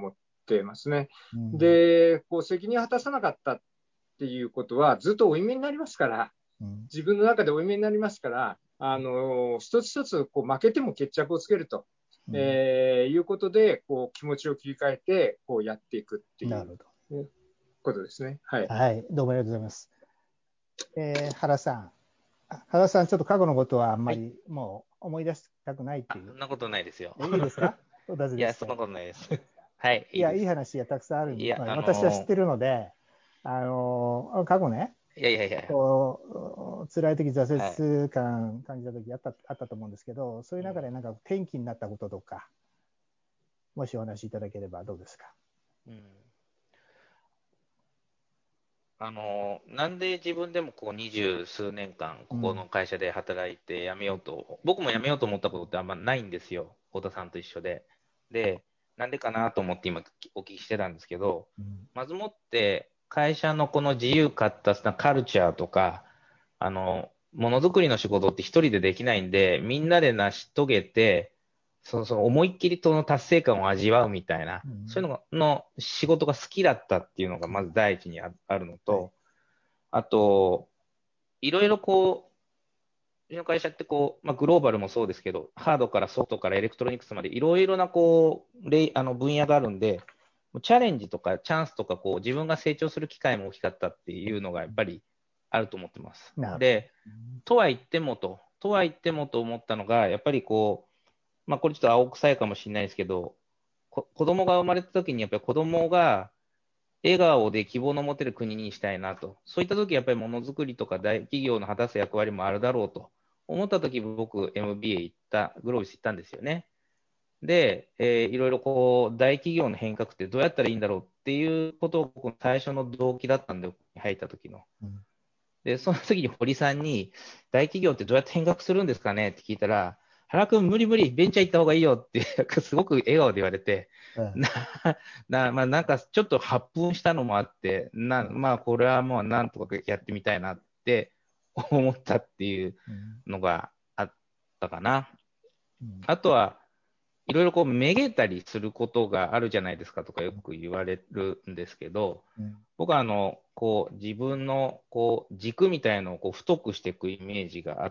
[SPEAKER 3] てますね。
[SPEAKER 2] うん、
[SPEAKER 3] で、こう責任を果たさなかったっていうことは、ずっと負い目になりますから、
[SPEAKER 2] うん、
[SPEAKER 3] 自分の中で負い目になりますから、あの一つ一つこう負けても決着をつけると、
[SPEAKER 2] うん、
[SPEAKER 3] えーいうことで、こう気持ちを切り替えてこうやっていくっていう
[SPEAKER 2] なるほど。
[SPEAKER 3] ことですね。はい。
[SPEAKER 2] はい、どうもありがとうございます。えー原さん、あ原さん、ちょっと過去のことはあんま
[SPEAKER 4] はい。
[SPEAKER 2] りもう思い出したくないって
[SPEAKER 4] あ、
[SPEAKER 2] いう。
[SPEAKER 4] そんなことないですよ。
[SPEAKER 2] え、いいですか？お尋
[SPEAKER 4] いや、そんな
[SPEAKER 2] ねして。
[SPEAKER 4] ことないです。はい、
[SPEAKER 2] いや、
[SPEAKER 4] いいです。
[SPEAKER 2] いい話がたくさんある
[SPEAKER 4] いや、
[SPEAKER 2] ので、
[SPEAKER 4] あ
[SPEAKER 2] 私は知って
[SPEAKER 4] の
[SPEAKER 2] るので、あの過去ね、
[SPEAKER 4] ーいやいやいや、
[SPEAKER 2] こう辛い時、
[SPEAKER 4] はい。
[SPEAKER 2] 挫折感感じた時あった、あったと思うんですけど、そういう
[SPEAKER 4] うん
[SPEAKER 2] 中でなんか転機になったこととか、もしお話しいただければどうですか？
[SPEAKER 4] うん、あのーなんで自分でもこう二十数年間、ここの
[SPEAKER 2] うん、
[SPEAKER 4] 会社で働いて辞めようと、僕も辞めようと思ったことってあんまないんですよ、太田さんと一緒で。で、なんでかなと思って今お聞きしてたんですけど、
[SPEAKER 2] うん、
[SPEAKER 4] まずもって会社のこの自由闊達なカルチャーとか、あの、ものづくりの仕事って一人でできないんで、みんなで成し遂げて、その、その思いっきりその達成感を味わうみたいな、
[SPEAKER 2] うん、
[SPEAKER 4] そういうのの仕事が好きだったっていうのがまず第一にああるの
[SPEAKER 2] はい、
[SPEAKER 4] と、あと、いろいろこう、うちの会社ってこう、まあ、グローバルもそうですけど、ハードからソフトからエレクトロニクスまでいろいろなこう、レイあの分野があるんで、チャレンジとかチャンスとかこう、自分が成長する機会も大きかったっていうのがやっぱりあると思ってます。
[SPEAKER 2] なるほど。
[SPEAKER 4] で、とは言ってもと、とは言ってもと思ったのが、やっぱりこう、まあ、これちょっと青臭いかもしれないですけど、こ子供が生まれた時にやっぱり子供が笑顔で希望の持てる国にしたいなと。そういった時やっぱりものづくりとか大企業の果たす役割もあるだろうと思った時僕 エムビーエー 行った、グロービス行ったんですよね。で、えーいろいろこう大企業の変革ってどうやったらいいんだろうっていうことを僕の最初の動機だったんで、入った時の。
[SPEAKER 2] うん、
[SPEAKER 4] で、その時に堀さんに、大企業ってどうやって変革するんですかねって聞いたら、原くん無理無理、ベンチャー行った方がいいよって、すごく笑顔で言われて、
[SPEAKER 2] うん、
[SPEAKER 4] な、な、まあなんかちょっと発奮したのもあって、な、まあこれはもうなんとかやってみたいなって思ったっていう
[SPEAKER 2] うん、
[SPEAKER 4] のがあったかな。
[SPEAKER 2] うん、
[SPEAKER 4] あとは、いろいろこう、めげたりすることがあるじゃないですかとかよく言われるんですけど、
[SPEAKER 2] うん、
[SPEAKER 4] 僕はあの、こう、自分のこう、軸みたいのをこう太くしていくイメージがあって、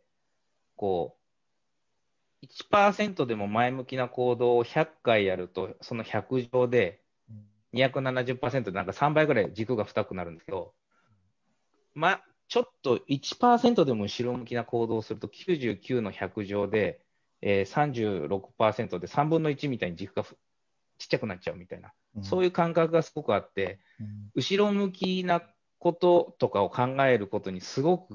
[SPEAKER 4] こう、いちパーセントでも前向きな行動をひゃっかいやると、そのひゃく乗でにひゃくななじゅっパーセントなんかさんばいぐらい軸が太くなるんですけど、ま、ちょっといちパーセントでも後ろ向きな行動をするときゅうじゅうきゅうのひゃく乗で、えー、さんじゅうろくパーセントでさんぶんのいちみたいに軸がふちっちゃくなっちゃうみたいな、
[SPEAKER 2] うん、
[SPEAKER 4] そういう感覚がすごくあって、
[SPEAKER 2] うん、
[SPEAKER 4] 後ろ向きなこととかを考えることにすごく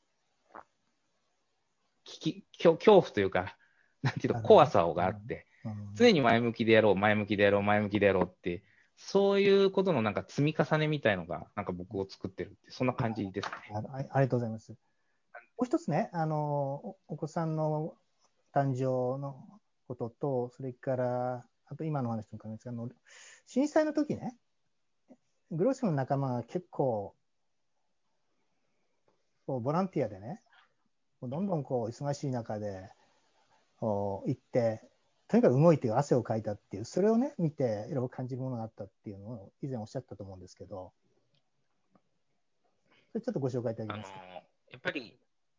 [SPEAKER 4] 危機恐恐怖というか、なんていうか
[SPEAKER 2] なるほど。
[SPEAKER 4] 怖さがあって、
[SPEAKER 2] うん、
[SPEAKER 4] 常に前向きでやろう、前向きでやろう、前向きでやろうって、そういうことのなんか積み重ねみたいのが、なんか僕を作ってるって、そんな感じですね。
[SPEAKER 2] ああありがとうございます。もう一つね、あのおお子さんの誕生のことと、それから、あと今の話とかですが、あの震災の時ね、グロースの仲間が結構、こうボランティアでね、どんどんこう忙しい中でこう行って、とにかく動いて汗をかいたっていう、それをね、見て、いろいろ感じるものがあったっていうのを以前おっしゃったと思うんですけど、それちょっとご紹介いただけ
[SPEAKER 4] あの
[SPEAKER 2] ますか。
[SPEAKER 4] やっぱり、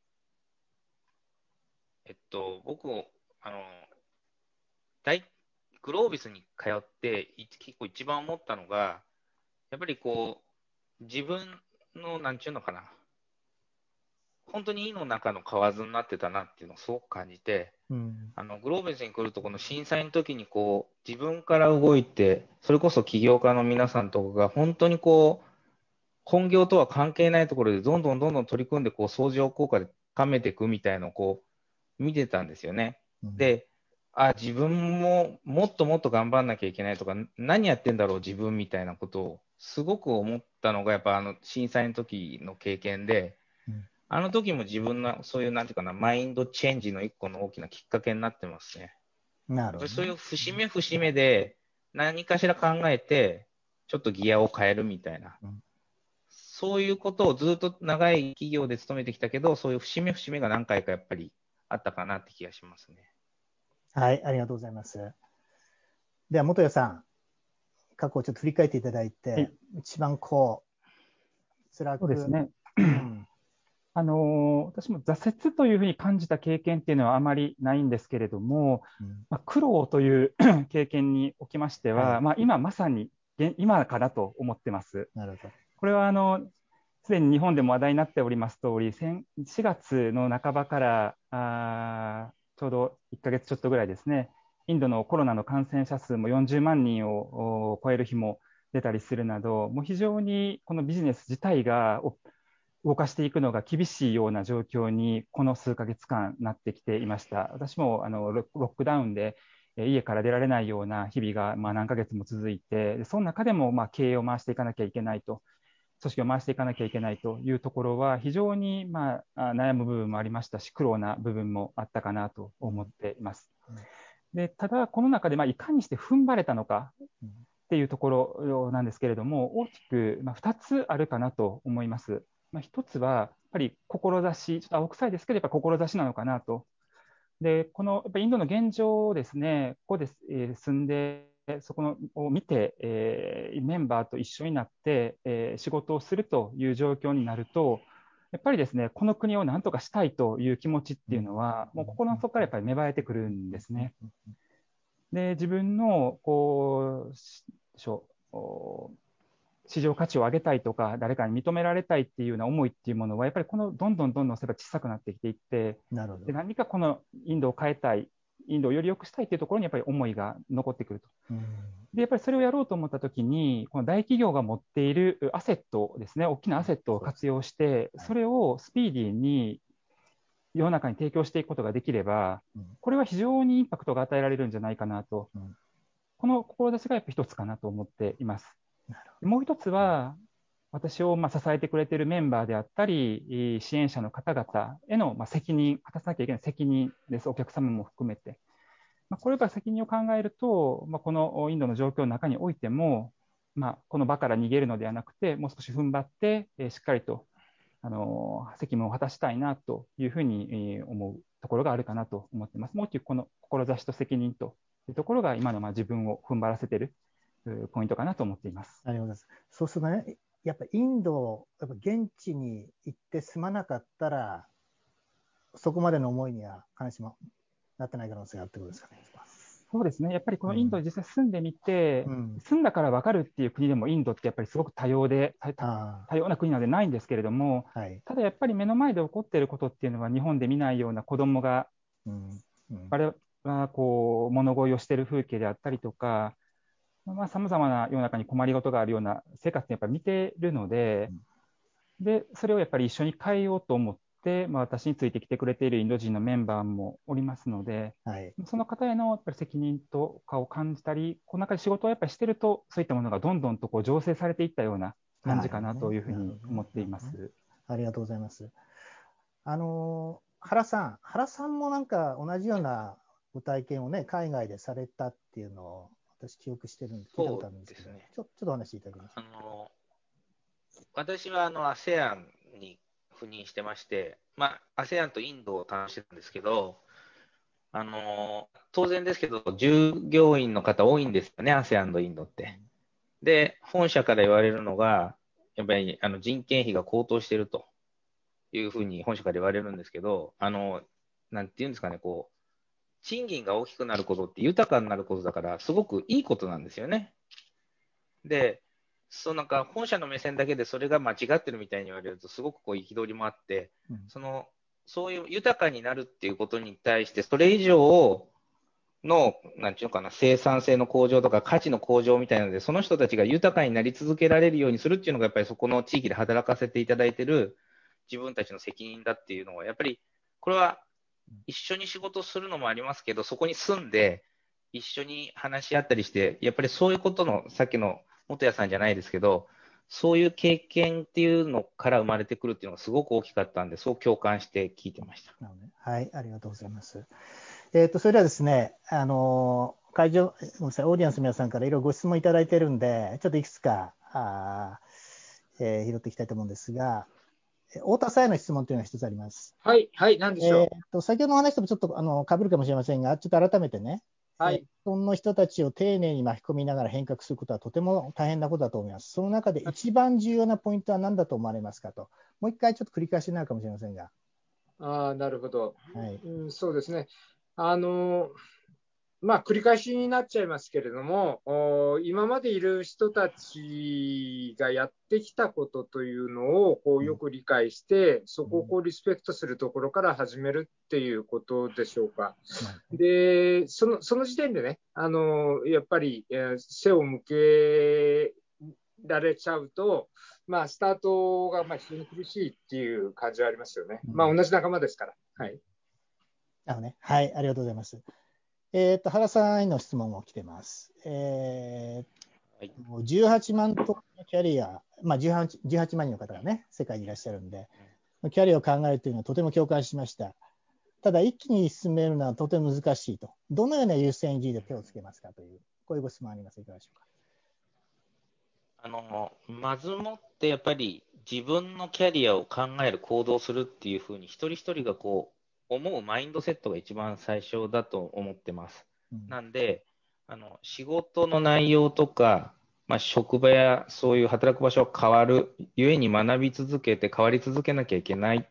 [SPEAKER 4] えっと、僕、あの大グロービスに通って、い結構一番思ったのが、やっぱりこう、自分の、なんちゅうのかな、本当に井の中の蛙になってたなっていうのをすごく感じて、
[SPEAKER 2] うん、
[SPEAKER 4] あのグロービスに来ると、この震災の時にこう自分から動いて、それこそ起業家の皆さんとかが本当にこう本業とは関係ないところでどんどんどんどん取り組んでこう相乗効果で高めていくみたいなのをこう見てたんですよね。
[SPEAKER 2] うん、
[SPEAKER 4] で、あ、自分ももっともっと頑張んなきゃいけないとか、何やってんだろう自分みたいなことをすごく思ったのがやっぱあの震災の時の経験で、
[SPEAKER 2] うん、
[SPEAKER 4] あの時も自分のそういうなんていうかな、マインドチェンジの一個の大きなきっかけになってますね。
[SPEAKER 2] なるほどね。
[SPEAKER 4] やっぱりそういう節目節目で何かしら考えて、ちょっとギアを変えるみたいな。
[SPEAKER 2] うん、
[SPEAKER 4] そういうことをずっと長い企業で勤めてきたけど、そういう節目節目が何回かやっぱりあったかなって気がしますね。
[SPEAKER 2] はい、ありがとうございます。では、元谷さん、 過去をちょっと振り返っていただいて、はい、一番こう、辛く。
[SPEAKER 1] そうですね。
[SPEAKER 2] うん
[SPEAKER 1] あの私も挫折というふうに感じた経験っていうのはあまりないんですけれども、うんまあ、苦労という経験におきましては、はい、まあ、今まさに今かなと思ってます。
[SPEAKER 2] なるほど。
[SPEAKER 1] これはあのすでに日本でも話題になっております通り、しがつの半ばからあちょうどいっかげつちょっとぐらいですね、インドのコロナの感染者数もよんじゅうまんにんを超える日も出たりするなど、もう非常にこのビジネス自体が動かしていくのが厳しいような状況にこの数ヶ月間なってきていました。私もあのロックダウンで家から出られないような日々がまあ何ヶ月も続いて、その中でもまあ経営を回していかなきゃいけないと、組織を回していかなきゃいけないというところは非常にまあ悩む部分もありましたし、苦労な部分もあったかなと思っています。でただ、この中でまあいかにして踏ん張れたのかっていうところなんですけれども、大きくまあふたつあるかなと思います。まあ、一つは、やっぱり志、ちょっと青臭いですけど、やっぱ志なのかなと。で、このやっぱインドの現状をですね、ここで、えー、住んで、そこのを見て、えー、メンバーと一緒になって、えー、仕事をするという状況になると、やっぱりですね、この国を何とかしたいという気持ちっていうのは、もう心の底からやっぱり芽生えてくるんですね。で、自分の、こう、でしょう、市場価値を上げたいとか、誰かに認められたいっていうような思いっていうものは、やっぱりこのどんどんどんどん小さくなってきていって、
[SPEAKER 2] なるほど。
[SPEAKER 1] で何かこのインドを変えたい、インドをより良くしたいというところにやっぱり思いが残ってくると。うん、でやっぱりそれをやろうと思ったときに、この大企業が持っているアセットですね、大きなアセットを活用して、それをスピーディーに世の中に提供していくことができれば、これは非常にインパクトが与えられるんじゃないかなと、うん、この志がやっぱり一つかなと思っています。もう一つは、私をまあ支えてくれているメンバーであったり、支援者の方々へのまあ責任、果たさなきゃいけない責任です、お客様も含めて。まあ、これから責任を考えると、まあ、このインドの状況の中においても、まあ、この場から逃げるのではなくて、もう少し踏ん張って、しっかりとあの責務を果たしたいなというふうに思うところがあるかなと思っています。もう一つ、この志と責任というところが、今のまあ自分を踏ん張らせているポイントかなと思っています。
[SPEAKER 2] ありがとうございます。そうするとね、やっぱインド、やっぱ現地に行って住まなかったら、そこまでの思いには話もなってない可能性があるってことですかね。
[SPEAKER 1] そうですね。やっぱりこのインドに実際住んでみて、うん、住んだから分かるっていう国でもインドってやっぱりすごく多様で、多様な国なのでないんですけれども、はい、ただやっぱり目の前で起こっていることっていうのは日本で見ないような子供が、うんうん、あれはこう物乞いをしている風景であったりとか、まあ、様々な世の中に困りごとがあるような生活ってやっぱり見ているので、うん、で、それをやっぱり一緒に変えようと思って、まあ、私についてきてくれているインド人のメンバーもおりますので、はい、その方へのやっぱり責任とかを感じたり、この中で仕事をやっぱりしてると、そういったものがどんどんとこう醸成されていったような感じかなというふうに思っています。ね、
[SPEAKER 2] ありがとうございます。あの原さん、原さんもなんか同じようなご体験をね、海外でされたっていうのを私記憶してるんで、聞いたことあるんですけど、ね、ちょ、ちょっとお話しいただけますか。
[SPEAKER 4] あの私はあの アセアン に赴任してまして、まあ、アセアン とインドを担当してたんですけど、あの当然ですけど、従業員の方多いんですよね、アセアン とインドって。で、本社から言われるのが、やっぱりあの人件費が高騰しているというふうに本社から言われるんですけど、あのなんていうんですかね、こう、賃金が大きくなることって豊かになることだから、すごくいいことなんですよね。で、そうなんか本社の目線だけでそれが間違ってるみたいに言われると、すごくこう憤りもあって、うん、そのそういう豊かになるっていうことに対して、それ以上の、なんていうのかな、生産性の向上とか価値の向上みたいなので、その人たちが豊かになり続けられるようにするっていうのが、やっぱりそこの地域で働かせていただいている自分たちの責任だっていうのは、やっぱりこれは一緒に仕事するのもありますけど、そこに住んで、一緒に話し合ったりして、やっぱりそういうことの、さっきの元谷さんじゃないですけど、そういう経験っていうのから生まれてくるっていうのがすごく大きかったんで、そう共感して聞いてました。
[SPEAKER 2] はい、ありがとうございます。えーと、それではですね、あの会場、ごめんなさい、オーディエンスの皆さんからいろいろご質問いただいてるんで、ちょっといくつかあ、えー、拾っていきたいと思うんですが、太田さんへの質問というのが一つあります。
[SPEAKER 3] はい、はい、何でしょう。
[SPEAKER 2] えーと、先ほどの話ともちょっとあの被るかもしれませんが、ちょっと改めてね、
[SPEAKER 3] はい。
[SPEAKER 2] その人たちを丁寧に巻き込みながら変革することはとても大変なことだと思います。その中で一番重要なポイントは何だと思われますかと。もう一回ちょっと繰り返しになるかもしれませんが。
[SPEAKER 3] ああ、なるほど。
[SPEAKER 2] はい。
[SPEAKER 3] うん、そうですね。あの、まあ、繰り返しになっちゃいますけれども、お今までいる人たちがやってきたことというのをこう
[SPEAKER 2] うん
[SPEAKER 3] よく理解して、そこを
[SPEAKER 2] うん
[SPEAKER 3] こうリスペクトするところから始めるっていうことでしょうか。
[SPEAKER 2] なるほど
[SPEAKER 3] で、その、その時点でね、あの、やっぱり、えー背を向けられちゃうと、まあ、スタートがまあ非常に苦しいっていう感じはありますよね。まあ、
[SPEAKER 2] うん
[SPEAKER 3] 同じ仲間ですから。はい。
[SPEAKER 2] あのね、はい、ありがとうございます。えっと、原さんへの質問も来てます。え
[SPEAKER 4] はい。
[SPEAKER 2] ー、じゅうはちまんトンのキャリア、まあ18、じゅうはちまん人の方がね、世界にいらっしゃるんで、キャリアを考えるというのはとても共感しました。ただ、一気に進めるのはとても難しいと。どのような優先順位で手をつけますかという、こういうご質問あります。いかがでしょうか。
[SPEAKER 4] あの、まずもってやっぱり自分のキャリアを考える行動するっていうふうに一人一人がこう思うマインドセットが一番最初だと思ってます。
[SPEAKER 2] うん
[SPEAKER 4] なんで、あの、仕事の内容とか、まあ、職場やそういう働く場所が変わる、ゆえに学び続けて変わり続けなきゃいけないって、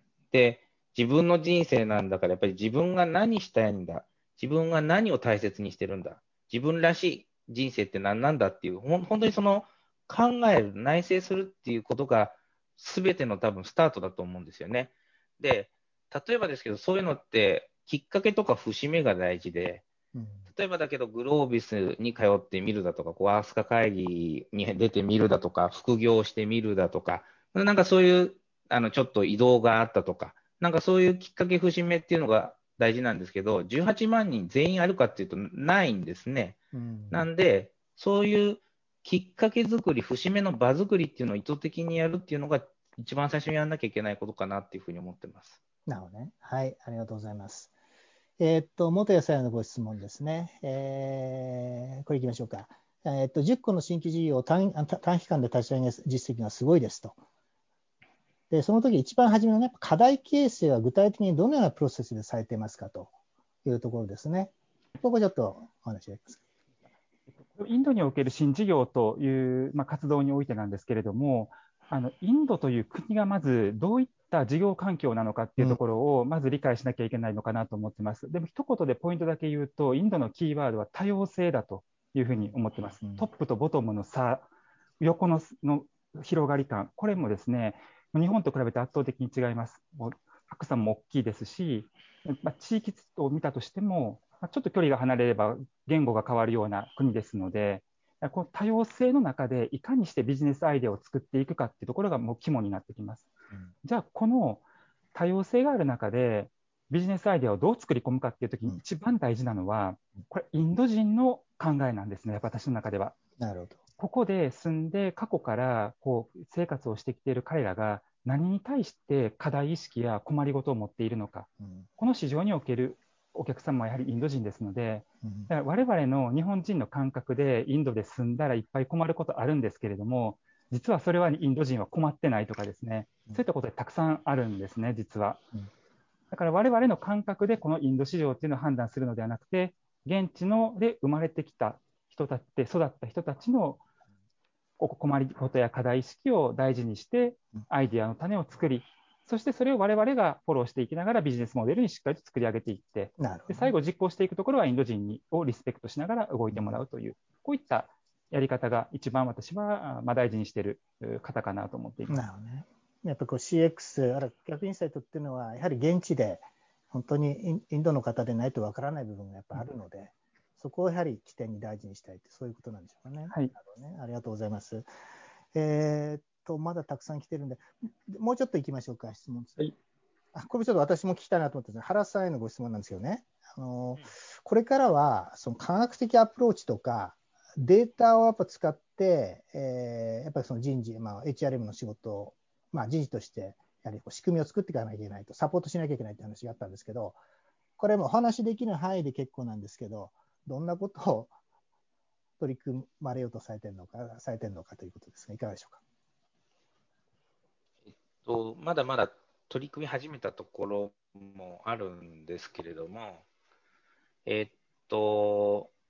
[SPEAKER 4] 自分の人生なんだから、やっぱり自分が何したいんだ、自分が何を大切にしてるんだ、自分らしい人生って何なんだっていう、ほん本当にその考える、内省するっていうことが、すべての多分スタートだと思うんですよね。で、例えばですけど、そういうのって、きっかけとか節目が大事で、
[SPEAKER 2] うん
[SPEAKER 4] 例えばだけど、グロービスに通ってみるだとか、こうアースカ会議に出てみるだとか、副業してみるだとか、なんかそういう、あの、ちょっと移動があったとか、なんかそういうきっかけ、節目っていうのが大事なんですけど、じゅうはちまん人全員あるかっていうと、ないんですね。な
[SPEAKER 2] うん
[SPEAKER 4] んで、そういうきっかけ作り、節目の場作りっていうのを意図的にやるっていうのが、一番最初にやらなきゃいけないことかなっていうふうに思ってます。
[SPEAKER 2] なるほどね。はい、ありがとうございます。えーっと、元谷さんへのご質問ですね。えーこれいきましょうか。えーっと、じゅっこの新規事業を短短期間で立ち上げ実績がすごいですと。で、その時一番初めの、ね、課題形成は具体的にどのようなプロセスでされていますかというところですね。ここちょっとお話しいただけますか。
[SPEAKER 1] インドにおける新事業という、まあ、活動においてなんですけれども、あのインドという国がまずどういった事業環境なのかっていうところをまず理解しなきゃいけないのかなと思ってます。でも一言でポイントだけ言うと、インドのキーワードは多様性だというふうに思ってます。トップとボトムの差、横のの広がり感、これもですね、日本と比べて圧倒的に違います。もう格差も大きいですし、まあ、地域を見たとしても、まあ、ちょっと距離が離れれば言語が変わるような国ですので、この多様性の中でいかにしてビジネスアイデアを作っていくかっていうところがもう肝になってきます。じゃあ、この多様性がある中でビジネスアイデアをどう作り込むかっていうときに一番大事なのは、これインド人の考えなんですね、やっぱ私の中では。
[SPEAKER 2] なるほど。
[SPEAKER 1] ここで住んで過去からこう生活をしてきている彼らが何に対して課題意識や困りごとを持っているのか、
[SPEAKER 2] うん
[SPEAKER 1] この市場におけるお客様はやはりインド人ですので、
[SPEAKER 2] うん
[SPEAKER 1] だから我々の日本人の感覚でインドで住んだらいっぱい困ることあるんですけれども、実はそれはインド人は困ってないとかですね、そういったことでたくさんあるんですね、実は。
[SPEAKER 2] うん
[SPEAKER 1] だから我々の感覚でこのインド市場っていうのを判断するのではなくて、現地ので生まれてきた人たちで育った人たちの困りごとや課題意識を大事にして、アイディアの種を作り、そしてそれを我々がフォローしていきながらビジネスモデルにしっかりと作り上げていって、
[SPEAKER 2] なるほど。
[SPEAKER 1] で最後実行していくところはインド人にをリスペクトしながら動いてもらうという、こういったやり方が一番私はまあ大事にしている方かなと思っています。
[SPEAKER 2] なるほどね。やっぱこう シーエックス、あるいは逆インサイトっていうのは、やはり現地で本当にインドの方でないとわからない部分がやっぱあるので、そこをやはり起点に大事にしたいって、そういうことなんでしょうかね。
[SPEAKER 1] はい。
[SPEAKER 2] なるほどね。ありがとうございます。えーっと、まだたくさん来てるんで、もうちょっと行きましょうか、質問。
[SPEAKER 3] はい。
[SPEAKER 2] あ、これちょっと私も聞きたいなと思って、原さんへのご質問なんですけどね。あの、これからは、その科学的アプローチとか、データをやっぱ使って、えーやっぱりその人事、まあ、エイチアールエム の仕事を、まあ、人事として、やはりこう仕組みを作っていかなきゃいけないと、サポートしなきゃいけないって話があったんですけど、これもお話しできる範囲で結構なんですけど、どんなことを取り組まれようとされてるのか、されてるのかということですが、いかがでしょうか。
[SPEAKER 4] えっと、まだまだ取り組み始めたところもあるんですけれども、えっと、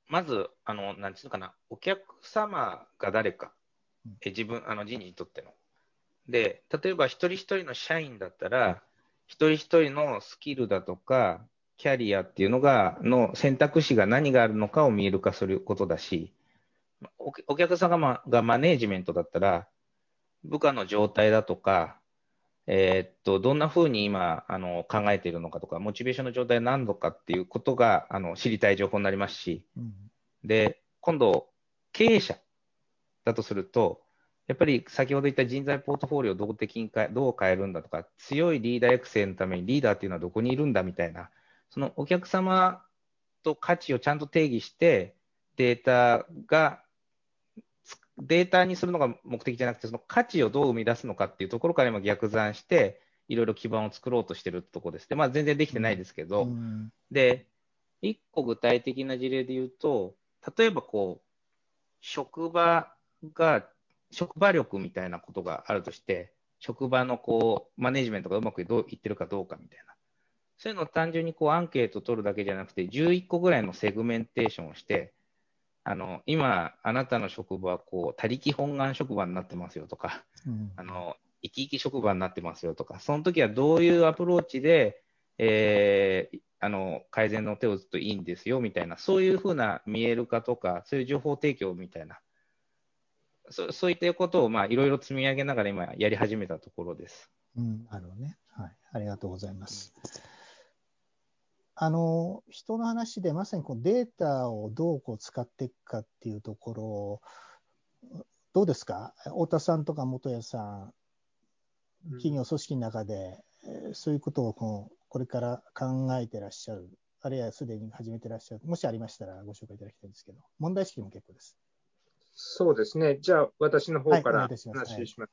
[SPEAKER 4] まず、あの、なんていうのかな、お客様が誰か、え自分、あの人事にとっての。で、例えば一人一人の社員だったら、一人一人のスキルだとか、キャリアっていうのが、の選択肢が何があるのかを見える化することだし、おお客様がマネージメントだったら、部下の状態だとか、えーっと、どんなふうに今、あの、考えているのかとか、モチベーションの状態は何度かっていうことが、あの、知りたい情報になりますし、
[SPEAKER 2] うん、
[SPEAKER 4] で、今度、経営者だとすると、やっぱり先ほど言った人材ポートフォーリオをどう的に変えどう変えるんだとか、強いリーダー育成のためにリーダーっていうのはどこにいるんだみたいな、そのお客様と価値をちゃんと定義して、データが、データにするのが目的じゃなくて、その価値をどう生み出すのかっていうところから今逆算して、いろいろ基盤を作ろうとしてるところです。で、まあ全然できてないですけど、
[SPEAKER 2] うん、
[SPEAKER 4] で、一個具体的な事例で言うと、例えばこう、職場が、職場力みたいなことがあるとして、職場のこう、マネジメントがうまくどういってるかどうかみたいな。そういうのを単純にこうアンケート取るだけじゃなくて、じゅういっこぐらいのセグメンテーションをして、あの、今、あなたの職場はこう、他力本願職場になってますよとか、
[SPEAKER 2] うん、
[SPEAKER 4] あの、生き生き職場になってますよとか、その時はどういうアプローチで、えーあの、改善の手を打つといいんですよみたいな、そういうふうな見える化とか、そういう情報提供みたいな、そそういったことをまあいろいろ積み上げながら今やり始めたところです。
[SPEAKER 2] うん、なるほどね。はい、ありがとうございます。あの、人の話でまさにこうデータをどうこう使っていくかっていうところ、どうですか、太田さんとか元谷さん、企業組織の中で、えーそういうことをこうこれから考えてらっしゃる、あるいはすでに始めてらっしゃる、もしありましたらご紹介いただきたいんですけど、問題意識も結構です。
[SPEAKER 3] そうですね。じゃあ、私の
[SPEAKER 2] はい、
[SPEAKER 3] 方から
[SPEAKER 2] お願いいたします。はい。
[SPEAKER 3] 話します。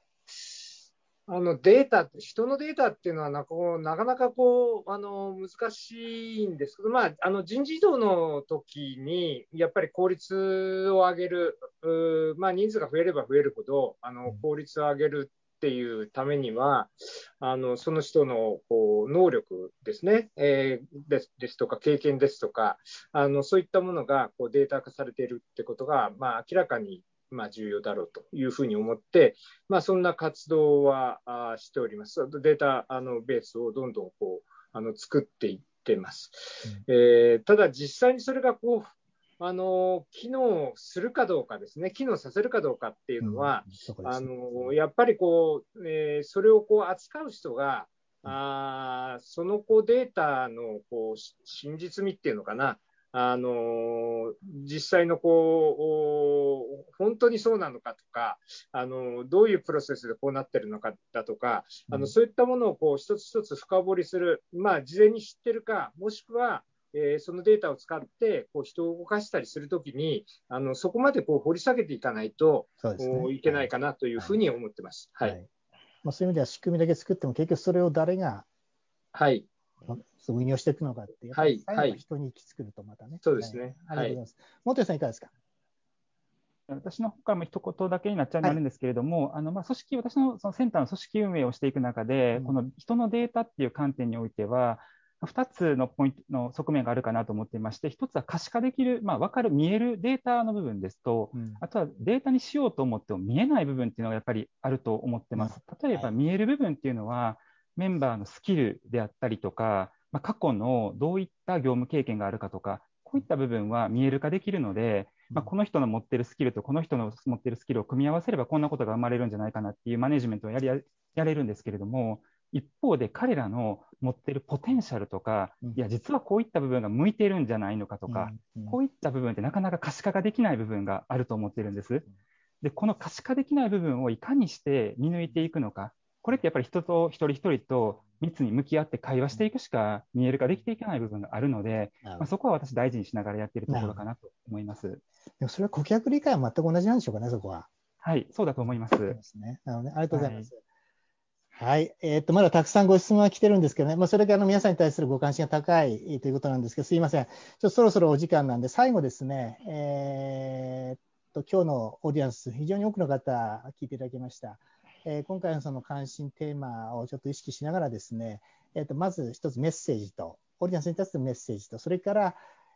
[SPEAKER 3] あのデータ、人のデータっていうのはなこうなかなかこうあの難しいんですけど、まあ、あの人事異動の時に、やっぱり効率を上げる、うまあ、人数が増えれば増えるほど、あの効率を上げるっていうためには、あのその人のこう能力ですね、えーです、ですとか、経験ですとか、あのそういったものがこうデータ化されているってことが、まあ、明らかにまあ重要だろうというふうに思って、まあ、そんな活動はあしております。データあのベースをどんどんこうあの作っていってます。
[SPEAKER 2] うん、
[SPEAKER 3] えー、ただ、実際にそれがこうあの機能するかどうかですね、機能させるかどうかっていう
[SPEAKER 2] うん、
[SPEAKER 3] のは、あ
[SPEAKER 2] そこですね。
[SPEAKER 3] のやっぱりこう、えーそれをこう扱う人が、
[SPEAKER 2] うん、
[SPEAKER 3] あそのこうデータのこう真実味っていうのかな、あの実際のこう本当にそうなのかとか、あのどういうプロセスでこうなってるのかだとか、あのそういったものをこう一つ一つ深掘りする、まあ、事前に知ってるか、もしくは、えーそのデータを使ってこう人を動かしたりするときに、あのそこまでこう掘り下げていかないと
[SPEAKER 2] そうですね。
[SPEAKER 3] いけないかなという
[SPEAKER 2] はい。
[SPEAKER 3] ふうに思ってます。はい。
[SPEAKER 2] はい。まあ、そういう意味では仕組みだけ作っても結局それを誰が
[SPEAKER 3] はい。
[SPEAKER 2] 運用していくのかって、やっぱ
[SPEAKER 3] はい。
[SPEAKER 2] り最後は
[SPEAKER 3] はい。
[SPEAKER 2] 人に行き着くとまたね。はい。
[SPEAKER 3] そうですね。はい。
[SPEAKER 2] ありがとうございます。元谷さんいかがですか？
[SPEAKER 1] 私の方からも一言だけになっちゃう
[SPEAKER 2] はい。
[SPEAKER 1] になるんですけれども、あのまあ組織、私のそのセンターの組織運営をしていく中で、
[SPEAKER 2] うん、
[SPEAKER 1] この人のデータっていう観点においては、ふたつのポイントの側面があるかなと思っていまして、ひとつは可視化できる、まあ、分かる、見えるデータの部分ですと、
[SPEAKER 2] うん、
[SPEAKER 1] あとはデータにしようと思っても見えない部分っていうのがやっぱりあると思って
[SPEAKER 2] うん、
[SPEAKER 1] ます。例え
[SPEAKER 2] はい。
[SPEAKER 1] ば見える部分っていうのは、メンバーのスキルであったりとか、まあ、過去のどういった業務経験があるかとか、こういった部分は見える化できるので、まあ、
[SPEAKER 2] うん、
[SPEAKER 1] この人の持ってるスキルとこの人の持ってるスキルを組み合わせればこんなことが生まれるんじゃないかなっていうマネジメントをやりややれるんですけれども、一方で彼らの持ってるポテンシャルとか、
[SPEAKER 2] うん、
[SPEAKER 1] いや、実はこういった部分が向いているんじゃないのかとか、
[SPEAKER 2] うん、うん、
[SPEAKER 1] こういった部分ってなかなか可視化ができない部分があると思っているんです。で、この可視化できない部分をいかにして見抜いていくのか、これってやっぱり人と一人一人と密に向き合って会話していくしか見える化できていけない部分があるので、まあ、
[SPEAKER 2] なるほ
[SPEAKER 1] そこは私大事にしながらやっている
[SPEAKER 2] ど。なるほど。
[SPEAKER 1] ところかなと思います。
[SPEAKER 2] でもそれは顧客理解は全く同じなんでしょうかね、そこは。
[SPEAKER 1] はい、そうだと思いま
[SPEAKER 2] そう
[SPEAKER 1] す。
[SPEAKER 2] ですね。なので、ありがとうござい
[SPEAKER 1] はい。
[SPEAKER 2] ます。はい。えーっと、まだたくさんご質問が来てるんですけどね、まあ、それからあの皆さんに対するご関心が高いということなんですけど、すいません。ちょっとそろそろお時間なんで、最後ですね、えーっと、今日のオーディエンス、非常に多くの方聞いていただきました。えー今回のその関心テーマをちょっと意識しながらですね、えーっと、まず一つメッセージと、オーディエンスに対するメッセージと、それから、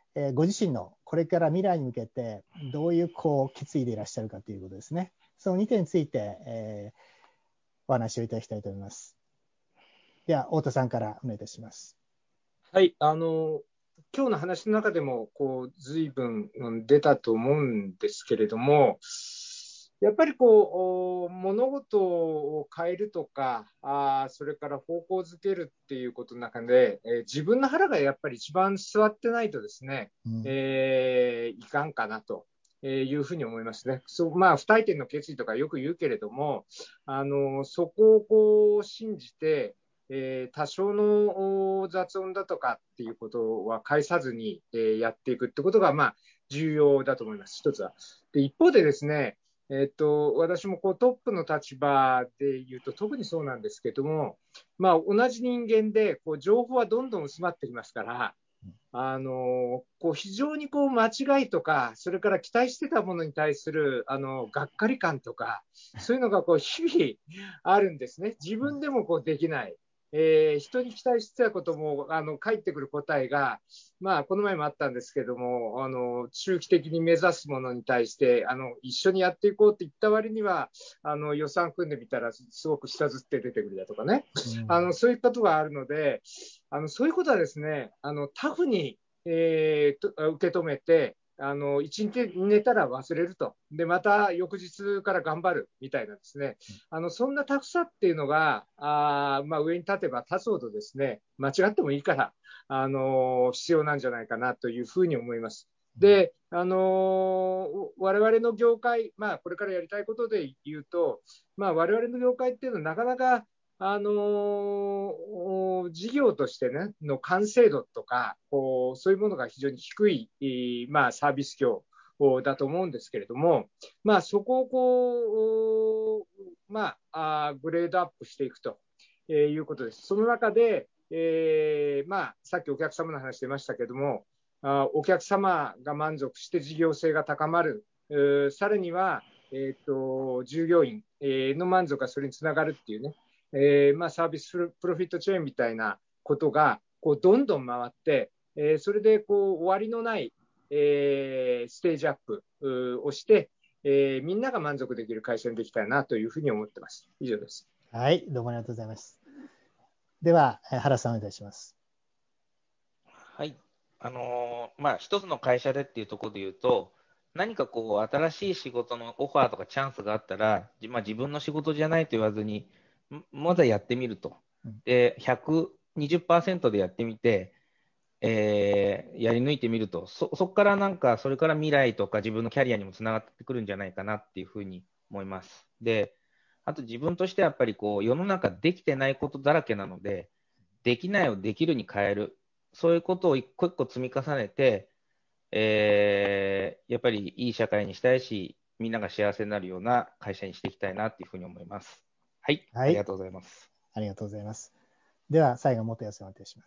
[SPEAKER 2] えーご自身のこれから未来に向けてどういうこう決意でいらっしゃるかということですね。そのにてんについて、えーお話をいただきたいと思います。では、太田さんからお願いいたします。
[SPEAKER 3] はい、あの、今日の話の中でも、こう、随分うん出たと思うんですけれども、やっぱりこう、お物事を変えるとか、あーそれから方向づけるっていうことの中で、えー自分の腹がやっぱり一番座ってないとですね、
[SPEAKER 2] うん
[SPEAKER 3] えーいかんかなと。えーいうふうに思いますね。そう、まあ、不退転の決意とかよく言うけれども、あの、そこをこう信じて、えー多少のお雑音だとかっていうことは介さずに、えーやっていくってことが、まあ、重要だと思います、一つは。で、一方でですね、えっと、私もこうトップの立場で言うと特にそうなんですけども、まあ、同じ人間でこう情報はどんどん薄まってきますから、あのこう非常にこう間違いとか、それから期待してたものに対するあのがっかり感とか、そういうのがこう日々あるんですね。自分でもこうできない。えー人に期待してたこともあの返ってくる答えが、まあ、この前もあったんですけども、あの中期的に目指すものに対してあの一緒にやっていこうって言った割には、あの予算組んでみたらすごく下ずって出てくるだとかね、あのそういうことがあるので、あのそういうことはですね、あのタフに、えーと受け止めて、あの一日寝たら忘れると、でまた翌日から頑張るみたいなですね、あのそんなタフさっていうのが、あまあ、上に立てば立つほどですね、間違ってもいいから、あの必要なんじゃないかなというふうに思います。で、あの我々の業界、まあ、これからやりたいことで言うと、まあ、我々の業界っていうのはなかなかあのー事業としてね、の完成度とか、こうそういうものが非常に低い、まあ、サービス業だと思うんですけれども、まあ、そこをこう、まあ、あグレードアップしていくということです。その中で、えーまあ、さっきお客様の話出ましたけれども、あお客様が満足して事業性が高まる、さらには、えーと、従業員の満足がそれにつながるっていうね、えーまあ、サービスプロフィットチェーンみたいなことがこうどんどん回って、えー、それでこう終わりのない、えー、ステージアップをして、えー、みんなが満足できる会社にできたいなというふうに思ってます。以上です。
[SPEAKER 2] はい、どうもありがとうございます。では、原さんお願いします。
[SPEAKER 4] はい。あのーまあ、一つの会社でっていうところで言うと、何かこう、新しい仕事のオファーとかチャンスがあったら、じまあ、自分の仕事じゃないと言わずに、んまずはやってみると。で、ひゃくにじゅっパーセントでやってみて、えーやり抜いてみると、そ、そこからなんか、それから未来とか自分のキャリアにもつながってくるんじゃないかなっていうふうに思います。で、あと自分としてはやっぱりこう、世の中できてないことだらけなので、できないをできるに変える。そういうことを一個一個積み重ねて、えーやっぱりいい社会にしたいし、みんなが幸せになるような会社にしていきたいなっていうふうに思います。はい、
[SPEAKER 2] はい、
[SPEAKER 4] ありがとうございます。
[SPEAKER 2] ありがとうございます。では、最後、元康さんお願いします。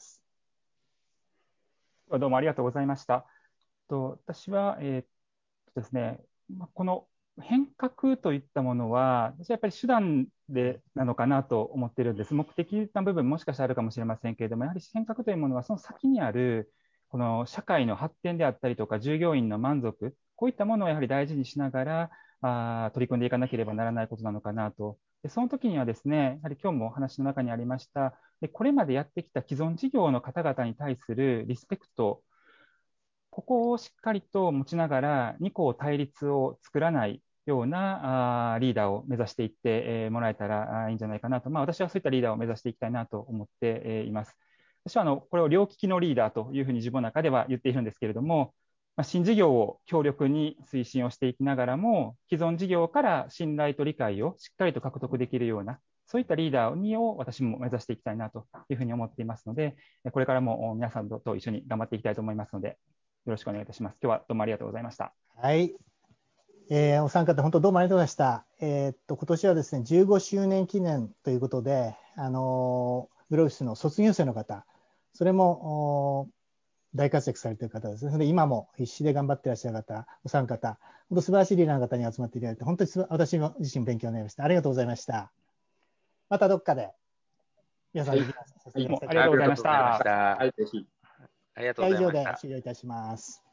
[SPEAKER 1] どうもありがとうございました。と私は、えーっとですね、まあこの変革といったものは、私はやっぱり手段でなのかなと思っているんです。目的な部分もしかしたらあるかもしれませんけれども、やはり変革というものはその先にあるこの社会の発展であったりとか、従業員の満足、こういったものをやはり大事にしながらあ取り組んでいかなければならないことなのかなと。でその時にはですね、やはり今日もお話の中にありました、でこれまでやってきた既存事業の方々に対するリスペクト、ここをしっかりと持ちながら、二項対立を作らないようなあリーダーを目指していって、えーもらえたらあいいんじゃないかなと、まあ、私はそういったリーダーを目指していきたいなと思って、えーいます。私はあのこれを両利きのリーダーというふうに自分の中では言っているんですけれども、まあ、新事業を強力に推進をしていきながらも、既存事業から信頼と理解をしっかりと獲得できるような、そういったリーダーを私も目指していきたいなというふうに思っていますので、これからも皆さんと一緒に頑張っていきたいと思いますので、よろしくお願いいたします。今日はどうもありがとうございました。
[SPEAKER 2] はい。えーお三方、本当どうもありがとうございました。えーっと、今年はですね、じゅうごしゅうねん記念ということで、あのー、グロービスの卒業生の方、それも大活躍されている方ですね。それで今も必死で頑張っていらっしゃる方、お三方、本当素晴らしいリーダーの方に集まっていただいて、本当に私も自身勉強になりました。ありがとうございました。またどっかで皆さんできます。
[SPEAKER 3] はい、
[SPEAKER 1] どうもありがとうございまし
[SPEAKER 4] ありがとうございまし
[SPEAKER 1] た。
[SPEAKER 4] た。
[SPEAKER 3] はい、ぜひ。
[SPEAKER 4] ありがとうご
[SPEAKER 2] 以上で
[SPEAKER 4] ざいました。
[SPEAKER 2] 終了いたします。